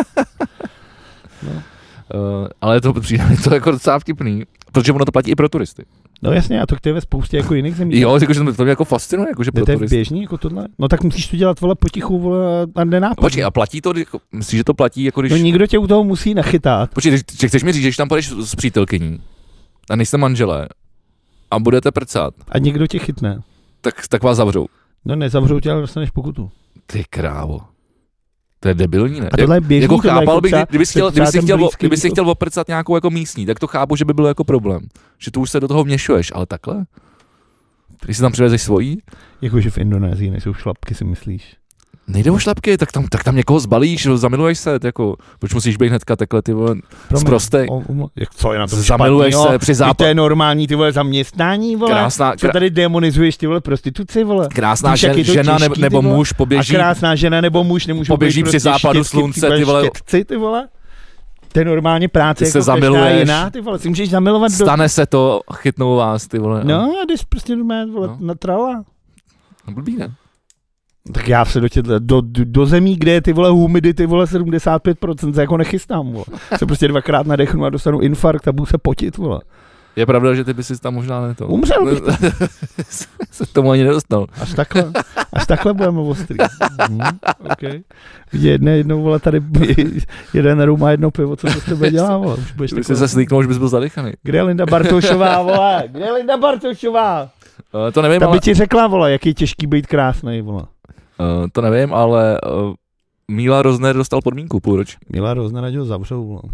No. Ale to přijde to jako docela vtipný, protože ono to platí i pro turisty. No jasně, a to je ve spoustě jako jiných zemí. Jo, jakože to mě jako fascinuje, jakože pro turisty. To je běžný jako tohle? No tak musíš to dělat, vole, potichu, vole, a nenápadně. Počkej, a platí to, myslíš, že to platí, jako když... No nikdo tě u toho musí nachytat. Počkej, chceš mi říct, že když tam půjdeš s přítelkyní a nejste manželé a budete prcat... A někdo tě chytne. Tak vás zavřou. No nezavřou tě, ale dostaneš pokutu. Ty krávo. To je debilní, ne? A tohle je běžný, jako chápal bych, kdyby si chtěl jako... oprcat nějakou jako místní, tak to chápu, že by bylo jako problém. Že tu už se do toho vměšuješ, ale takhle? Když si tam přivezeš svojí? Jakože v Indonésii nejsou šlapky, si myslíš? Nejde o šlapky, tak tam někoho zbalíš, zamiluješ se, jako, proč musíš být hnedka takhle, ty vole, zprostej. Co je na tom zamiluješ se při západu. To je normální, ty vole, zaměstnání, vole. Co tady demonizuješ, ty vole, prostituci, vole. Krásná žena nebo muž poběží. A krásná žena nebo muž nemůžou poběží při západu slunce, ty vole. Štětci, ty vole. To je normálně práce, jako každá jiná, ty vole, si můžeš zamilovat Stane se to, chytnou vás, ty vole. No, a jdeš prostě normálně, vole, na trala. Blbý, ne? Tak já se do zemí, kde je ty vole humidity, vole 75%, se jako nechystám, vole. Se prostě 2krát nadechnu a dostanu infarkt a budu se potit, vole. Je pravda, že ty bys si tam možná ne to. Umřel bych tam. Se tomu ani nedostal. Až takhle budeme ostrý. Okay. Jednou, vole, tady jeden rum a jedno pivo, co to s tebe dělá, vole. Kdyby jsi se slíknul, už bys byl zadechaný. Kde je Linda Bartošová, vole? Kde je Linda Bartošová? To nevím, ta by ti řekla, vole, jak je těžký být krásnej, vole. To nevím, ale Míla Rozner dostal podmínku půlroční. Míla Rozner, ať ho zavřou, vole.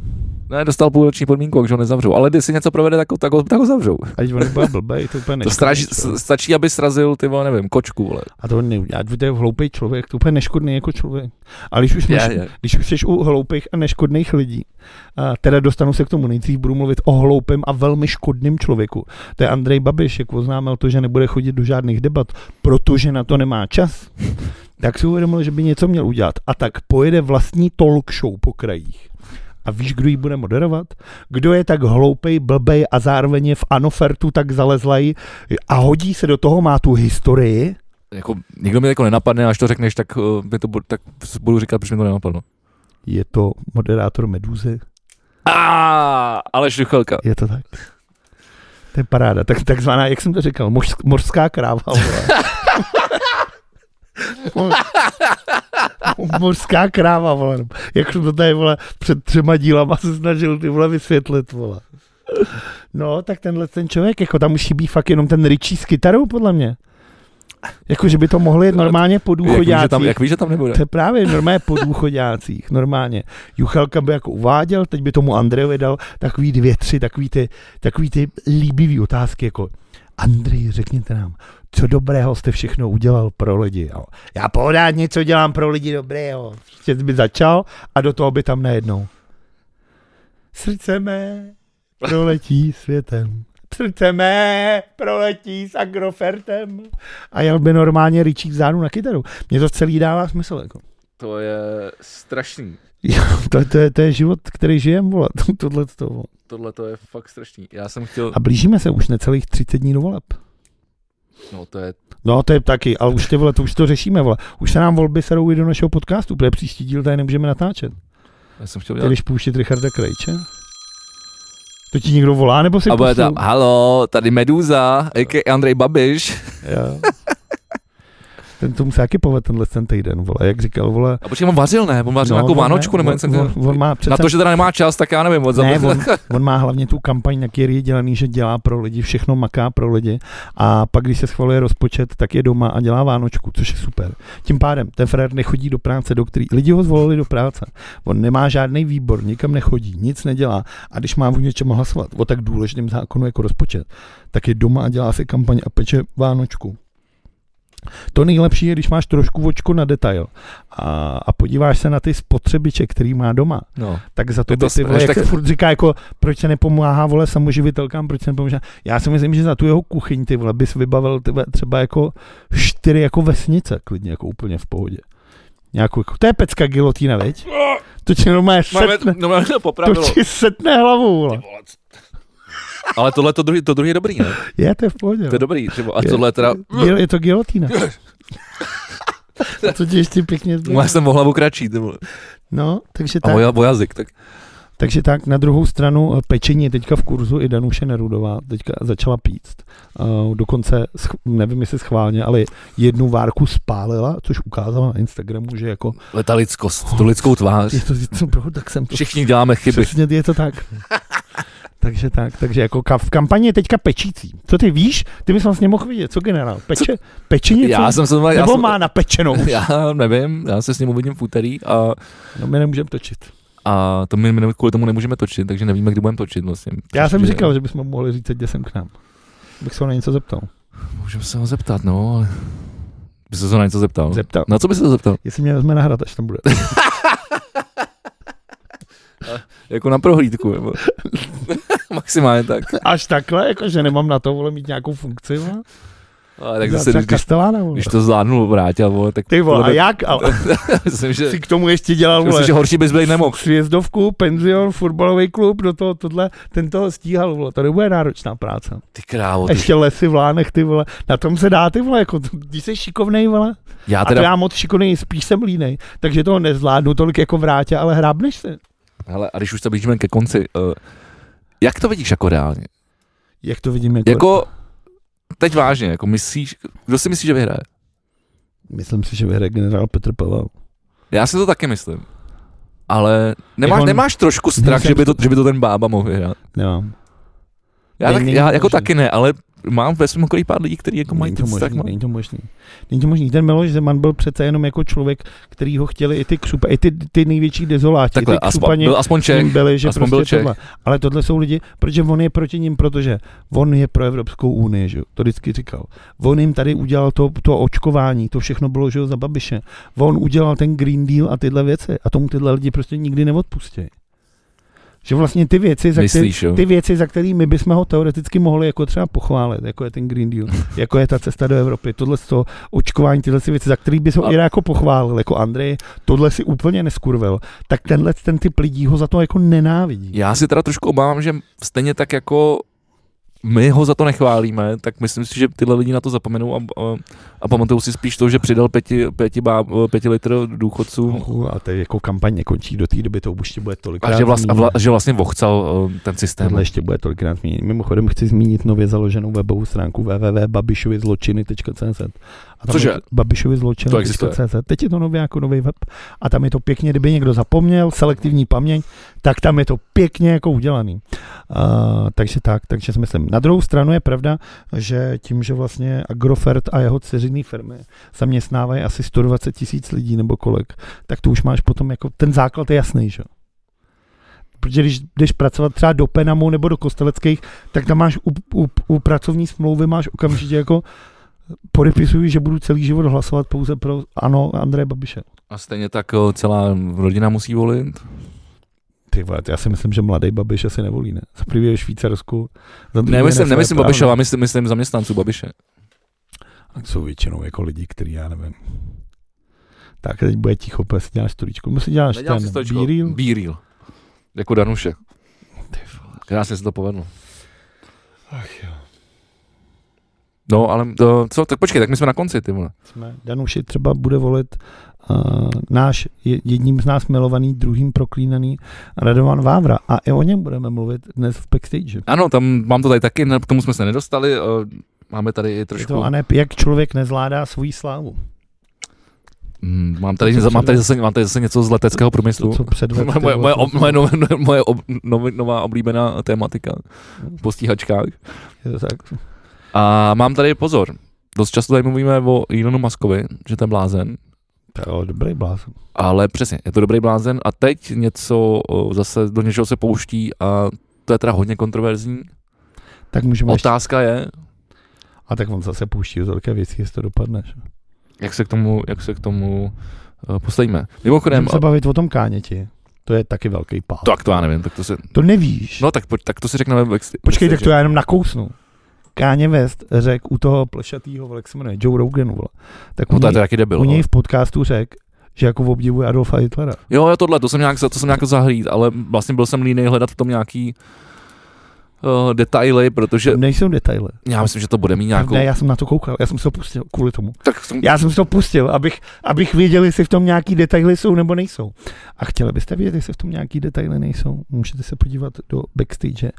Ne, dostal půlroční podmínku, takže ho nezavřou. Ale když si něco provede, tak ho zavřou. Ať on nebude blbej, to úplně stačí, aby srazil, ty vole, nevím, kočku, vole. A to neudělá, to je hloupý člověk, to úplně neškodný jako člověk. A když už jsi u hloupých a neškodných lidí, teda dostanu se k tomu, nejdřív budu mluvit o hloupém a velmi škodným člověku. To je Andrej Babiš, jak oznámil to, že nebude chodit do žádných debat, protože na to nemá čas. Tak si uvědomil, že by něco měl udělat. A tak pojede vlastní talk show po krajích. A víš, kdo jí bude moderovat? Kdo je tak hloupej, blbej a zároveň je v Anofertu tak zalezlej a hodí se do toho, má tu historii? Jako, nikdo mi jako nenapadne, až to řekneš, tak budu říkat, proč mi to nenapadlo. Je to moderátor Medúzy. Aleš Juchelka. Je to tak. To je paráda. Takzvaná, jak jsem to říkal, mořská kráva. Mořská kráva, vole. Jak jsem to tady, vole, před 3 dílama se snažil, ty vole, vysvětlit, vole. No, tak ten člověk, jako tam musí být fakt jenom ten Richie s kytarou, podle mě. Jako, že by to mohli normálně po důchoďácích. Jak víš, že tam nebude? To je právě normálně po důchoďácích, normálně. Juchelka by jako uváděl, teď by tomu Andrejovi dal takový 2-3, takový ty líbivý otázky, jako Andrej, řekněte nám, co dobrého jste všechno udělal pro lidi. Jo. Já pořád něco dělám pro lidi dobrého. Prostě by začal a do toho by tam najednou. Srdce mé proletí světem. Srdce mé proletí s Agrofertem. A jel by normálně Richie vzadu na kytaru. Mně to celý dává smysl. Jako. To je strašný. To je život, který žijem, vole. Tohle to je fakt strašný. Já jsem chtěl... A blížíme se už necelých 30 dní do voleb. No to je taky, ale už ty vole, to už to řešíme, vole. Už se nám volby serou i do našeho podcastu, protože příští díl tady nemůžeme natáčet. Já jsem chtěl dělat... Když pouštět Richarda Krejče? To ti někdo volá, nebo si pustil? Halo, tady Medúza, a.k.a. Andrej Babiš. Jo. Ten to musí taky povedl ten týden, vole, jak říkal, vole. A počkej, on vařil, ne? On vařil nějakou vánočku, nebo něco. On má přece... Na to, že teda nemá čas, tak já nevím. On má hlavně tu kampaň, na který je dělaný, že dělá pro lidi, všechno maká pro lidi. A pak, když se schvaluje rozpočet, tak je doma a dělá vánočku, což je super. Tím pádem, ten frér nechodí do práce, do který lidi ho zvolili do práce. On nemá žádný výbor, nikam nechodí, nic nedělá. A když má v něčem hlasovat o tak důležitém zákonu jako rozpočet, tak je doma a dělá si kampaň a peče vánočku. To nejlepší je, když máš trošku očko na detail a podíváš se na ty spotřebiče, který má doma, tak za to by ty vole, jak se furt říká, jako, proč se nepomáhá, vole, samoživitelkám, proč se nepomáhá. Já si myslím, že za tu jeho kuchyň, ty vole, bys vybavil ty vole, třeba jako 4 jako vesnice, klidně, jako úplně v pohodě. Nějakou, jako, to je pecka gilotína, veď? To ti normálně setne, to ti setne hlavu, vole. Ale tohle to druhý je dobrý, ne? Je, to je v pohodě. To je dobrý, třeba. A tohle teda... Je to gilotína. A to ti ještě pěkně zbyl. Já jsem o hlavu kratší, ty vole. No, takže tak. A o jazyk, tak. Takže tak, na druhou stranu pečení je teďka v kurzu, i Danuše Nerudová teďka začala pít. Dokonce, nevím jestli schválně, ale jednu várku spálila, což ukázala na Instagramu, že jako... Ta lidskost, tu lidskou tvář. Tak jsem to... Všichni děláme chyby. Přesně je to tak. Takže jako v kampani je teďka pečící. Co ty víš? Ty bys vlastně mohl vidět, co generál? Peče něco? Nebo má napečenou? Já nevím, já se s ním uvidím v úterý a... No my nemůžeme točit. A to my kvůli tomu nemůžeme točit, takže nevíme, kdy budeme točit vlastně. Já jsem říkal, že bychom mohli říct, jde sem k nám. Bych se ho na něco zeptal. Můžeme se ho zeptat, no, ale... Bys se ho na něco zeptal? Na co bys se ho zeptal? Jestli mě vezme nahrát, až tam bude. Jako na prohlídku, nebo? Maximálně tak. Až takhle, jakože nemám na to, vole, mít nějakou funkci, vole? Ale tak zase, když to zvládnul vrátil, vole, tak... Ty vole, a jak? Ale myslím, že si k tomu ještě dělal, vole. Myslím, že horší bys být nemohl. Svězdovku, penzion, fotbalový klub, do toho tohle, ten toho stíhal, vole. To nebude náročná práce. Ty krávo. Ještě lesy v Lánech, ty vole. Na tom se dá, ty vole, jako, když jsi šikovnej, vole. A to já moc šikovnej, spíš jsem línej, takže toho nezvládnu tolik jako vrátě, ale hrábneš si. Hele, a když už se blížíme ke konci, jak to vidíš jako reálně? Jak to vidím jako teď vážně, jako myslíš, kdo si myslí, že vyhraje? Myslím si, že vyhraje generál Petr Pavel. Já si to taky myslím. Ale nemáš trošku strach, že by to ten Bába mohl vyhrát? Nemám. Já jako taky ne, ale mám ve svém okolí pár lidí, kteří jako mají Není to možný. Ten Miloš Zeman byl přece jenom jako člověk, který ho chtěli i ty křupa, i ty největší dezoláti. Takhle, byl aspoň Čech. Byli, že aspoň prostě tohle. Ale tohle jsou lidi, protože on je proti nim, protože on je pro Evropskou unii, že jo, to vždycky říkal. On jim tady udělal to očkování, to všechno bylo, že jo, za Babiše. On udělal ten Green Deal a tyhle věci a tomu tyhle lidi prostě nikdy neodpustí. Že vlastně ty věci, za kterými bychom ho teoreticky mohli jako třeba pochválit, jako je ten Green Deal, jako je ta cesta do Evropy, tohle to očkování, tyhle věci, za který by se ho i jako pochválil, jako Andrej, tohle si úplně neskurvil, tak ten typ lidí ho za to jako nenávidí. Já si teda trošku obávám, že stejně tak jako my ho za to nechválíme, tak myslím si, že tyhle lidi na to zapomenou a pamatují si spíš to, že přidal 5 litr důchodcům. A to jako kampaň nekončí do té doby, to už ještě bude tolikrát. A že vlastně vochchal ten systém. Tohle ještě bude tolikrát zmínit. Mimochodem chci zmínit nově založenou webovou stránku www.babišovizločiny.cz. Cože? Babišovizločiny.cz. Teď je to nově jako nový web a tam je to pěkně, kdyby někdo zapomněl, selektivní paměť, tak tam je to pěkně jako udělaný. Takže si myslím. Na druhou stranu je pravda, že tím, že vlastně Agrofert a jeho dceřiné firmy zaměstnávají asi 120 000 lidí nebo kolik, tak to už máš potom jako ten základ je jasný, že? Protože když jdeš pracovat třeba do Penamu nebo do Kosteleckých, tak tam máš u pracovní smlouvy máš okamžitě jako podepisuji, že budu celý život hlasovat pouze pro ano Andreje Babiše. A stejně tak celá rodina musí volit? Ty vole, já si myslím, že mladý Babiš asi nevolí, ne? Za první je v Švýcarsku. Nemyslím Babišova, myslím zaměstnanců Babiše. A jsou většinou jako lidi, který já nevím. Tak teď bude ticho, protože si děláš stoličku. Musí děláš ten B-reel. Jako Danuše. Krásně se to povedlo. Ach jo. No, ale co, tak počkej, tak my jsme na konci, ty vole. Danuši třeba bude volit náš jedním z nás milovaný, druhým proklínaný Radovan Vávra. A i o něm budeme mluvit dnes v backstage. Ano, tam mám to tady taky, k tomu jsme se nedostali. Máme tady i trošku... To, a ne, jak člověk nezvládá svoji slávu. Mám tady zase něco z leteckého průmyslu. Moje nová oblíbená tématika po stíhačkách. Je to tak. A mám tady pozor. Dost často tady mluvíme o Elonu Muskovi, že to je blázen. To je dobrý blázen. Ale přesně, je to dobrý blázen a teď něco zase do něčeho se pouští a to je teda hodně kontroverzní. Tak můžeme Otázka je... A tak on zase pouští velké věci, jestli to dopadne. Jak se k tomu postavíme. Mimochodem... Můžeme se bavit o tom Káněti. To je taky velký pád. Tak to já nevím. Tak to nevíš. No tak to si řekneme... Počkej, tak to já jenom nakousnu. Kanye West řekl u toho plešatýho, jak se jmenuje, Joe Roganu, tak no to je taky debil. U něj v podcastu řekl, že jako obdivuje Adolfa Hitlera. Jo, to jsem nějak zahlíd, ale vlastně byl jsem línej hledat v tom nějaký detaily, protože... Nejsou detaily. Já myslím, že to bude mít nějakou... Ne, já jsem na to koukal, já jsem se to pustil kvůli tomu. Já jsem se to pustil, abych věděl, jestli v tom nějaký detaily jsou nebo nejsou. A chtěli byste vědět, jestli v tom nějaký detaily nejsou, můžete se podívat do backstage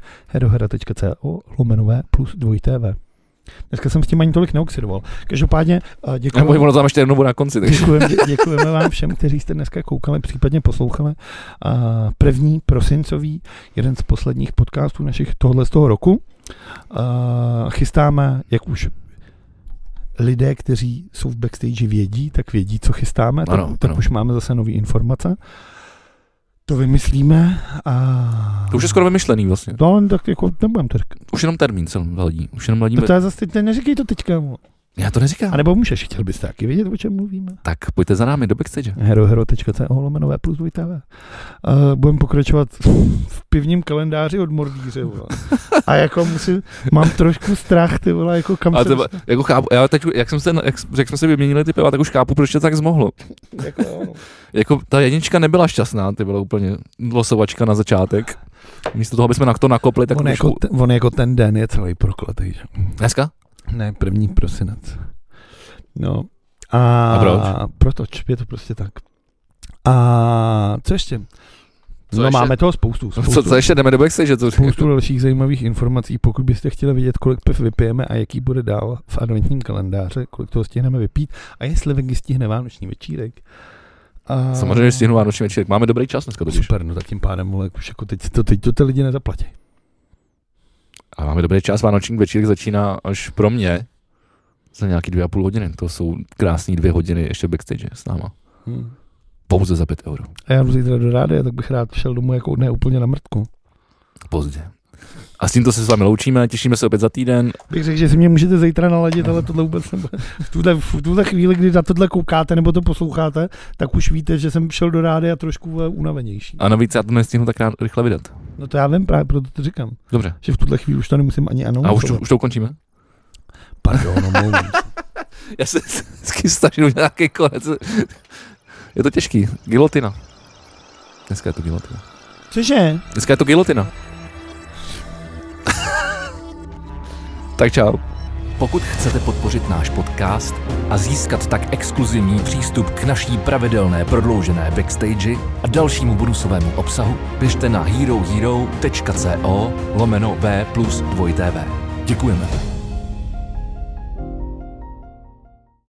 herohera.co/+2tv. Dneska jsem s tím ani tolik neoxidoval. Každopádně děkujeme. Ono tam ještě jednou bude na konci. Děkujeme vám všem, kteří jste dneska koukali, případně poslouchali. První prosincový, jeden z posledních podcastů našich tohle z toho roku. Chystáme, jak už lidé, kteří jsou v backstage vědí, tak vědí, co chystáme. Tak už máme zase nové informace. To vymyslíme a... To už je skoro vymyšlený vlastně. No, ale tak jako nebudem to říkat. Už jenom termín se hledí. To je zase, neříkej to teďka. Já to neříkám. A nebo můžeš, chtěl byste taky vědět, o čem mluvíme. Tak pojďte za námi do backstage. herohero.co/+2tv. Budeme pokračovat v pivním kalendáři od Mordýře. A jako mám trošku strach, ty vole, jako kam se... Jako chápu, já teď, jak jsme se vyměnili ty piva, tak už chápu, proč to tak zmohlo. Jako ta jednička nebyla šťastná, ty byla úplně losovačka na začátek. Místo toho, aby jsme na to nakopli, tak on jako ten den je celý prokletý. Dneska? Ne, 1. prosinec. No. A proč? Protoč, je to prostě tak. A co ještě? Máme toho spoustu. Co ještě jdeme do backstage? Spoustu dalších zajímavých informací. Pokud byste chtěli vědět, kolik piv vypijeme a jaký bude dál v adventním kalendáři, kolik toho stihneme vypít a jestli Vegy stihne vánoční večírek. Samozřejmě stihnu vánoční večírek. Máme dobrý čas dneska. Super, no tak tím pádem, už jako teď to ty lidi nezaplatí. A máme dobrý čas, vánoční večírek začíná až pro mě za nějaký 2,5 hodiny. To jsou krásný 2 hodiny ještě backstage s náma. Pouze za 5 €. A já jdu zítra do rádia, tak bych rád šel domů jako ne úplně na mrtku. Pozdě. A s tímto se s vámi loučíme, těšíme se opět za týden. Bych řekl, že si mě můžete zítra naladit, ale tohle vůbec nebude. V tuhle chvíli, kdy na tohle koukáte nebo to posloucháte, tak už víte, že jsem šel do rádia trošku unavenější. A navíc já to nestihnu tak rychle vydat. No to já vím, právě proto to říkám. Dobře. Že v tuhle chvíli už to nemusím ani A už to ukončíme? Pardon, mluvím. Já se snažím nějaký konec. Je to těžký. Gilotina. Dneska je to gilotina. Cože? Dneska je to gilotina. Tak čau. Pokud chcete podpořit náš podcast a získat tak exkluzivní přístup k naší pravidelné prodloužené backstage a dalšímu bonusovému obsahu, běžte na herohero.co/v+2tv. Děkujeme.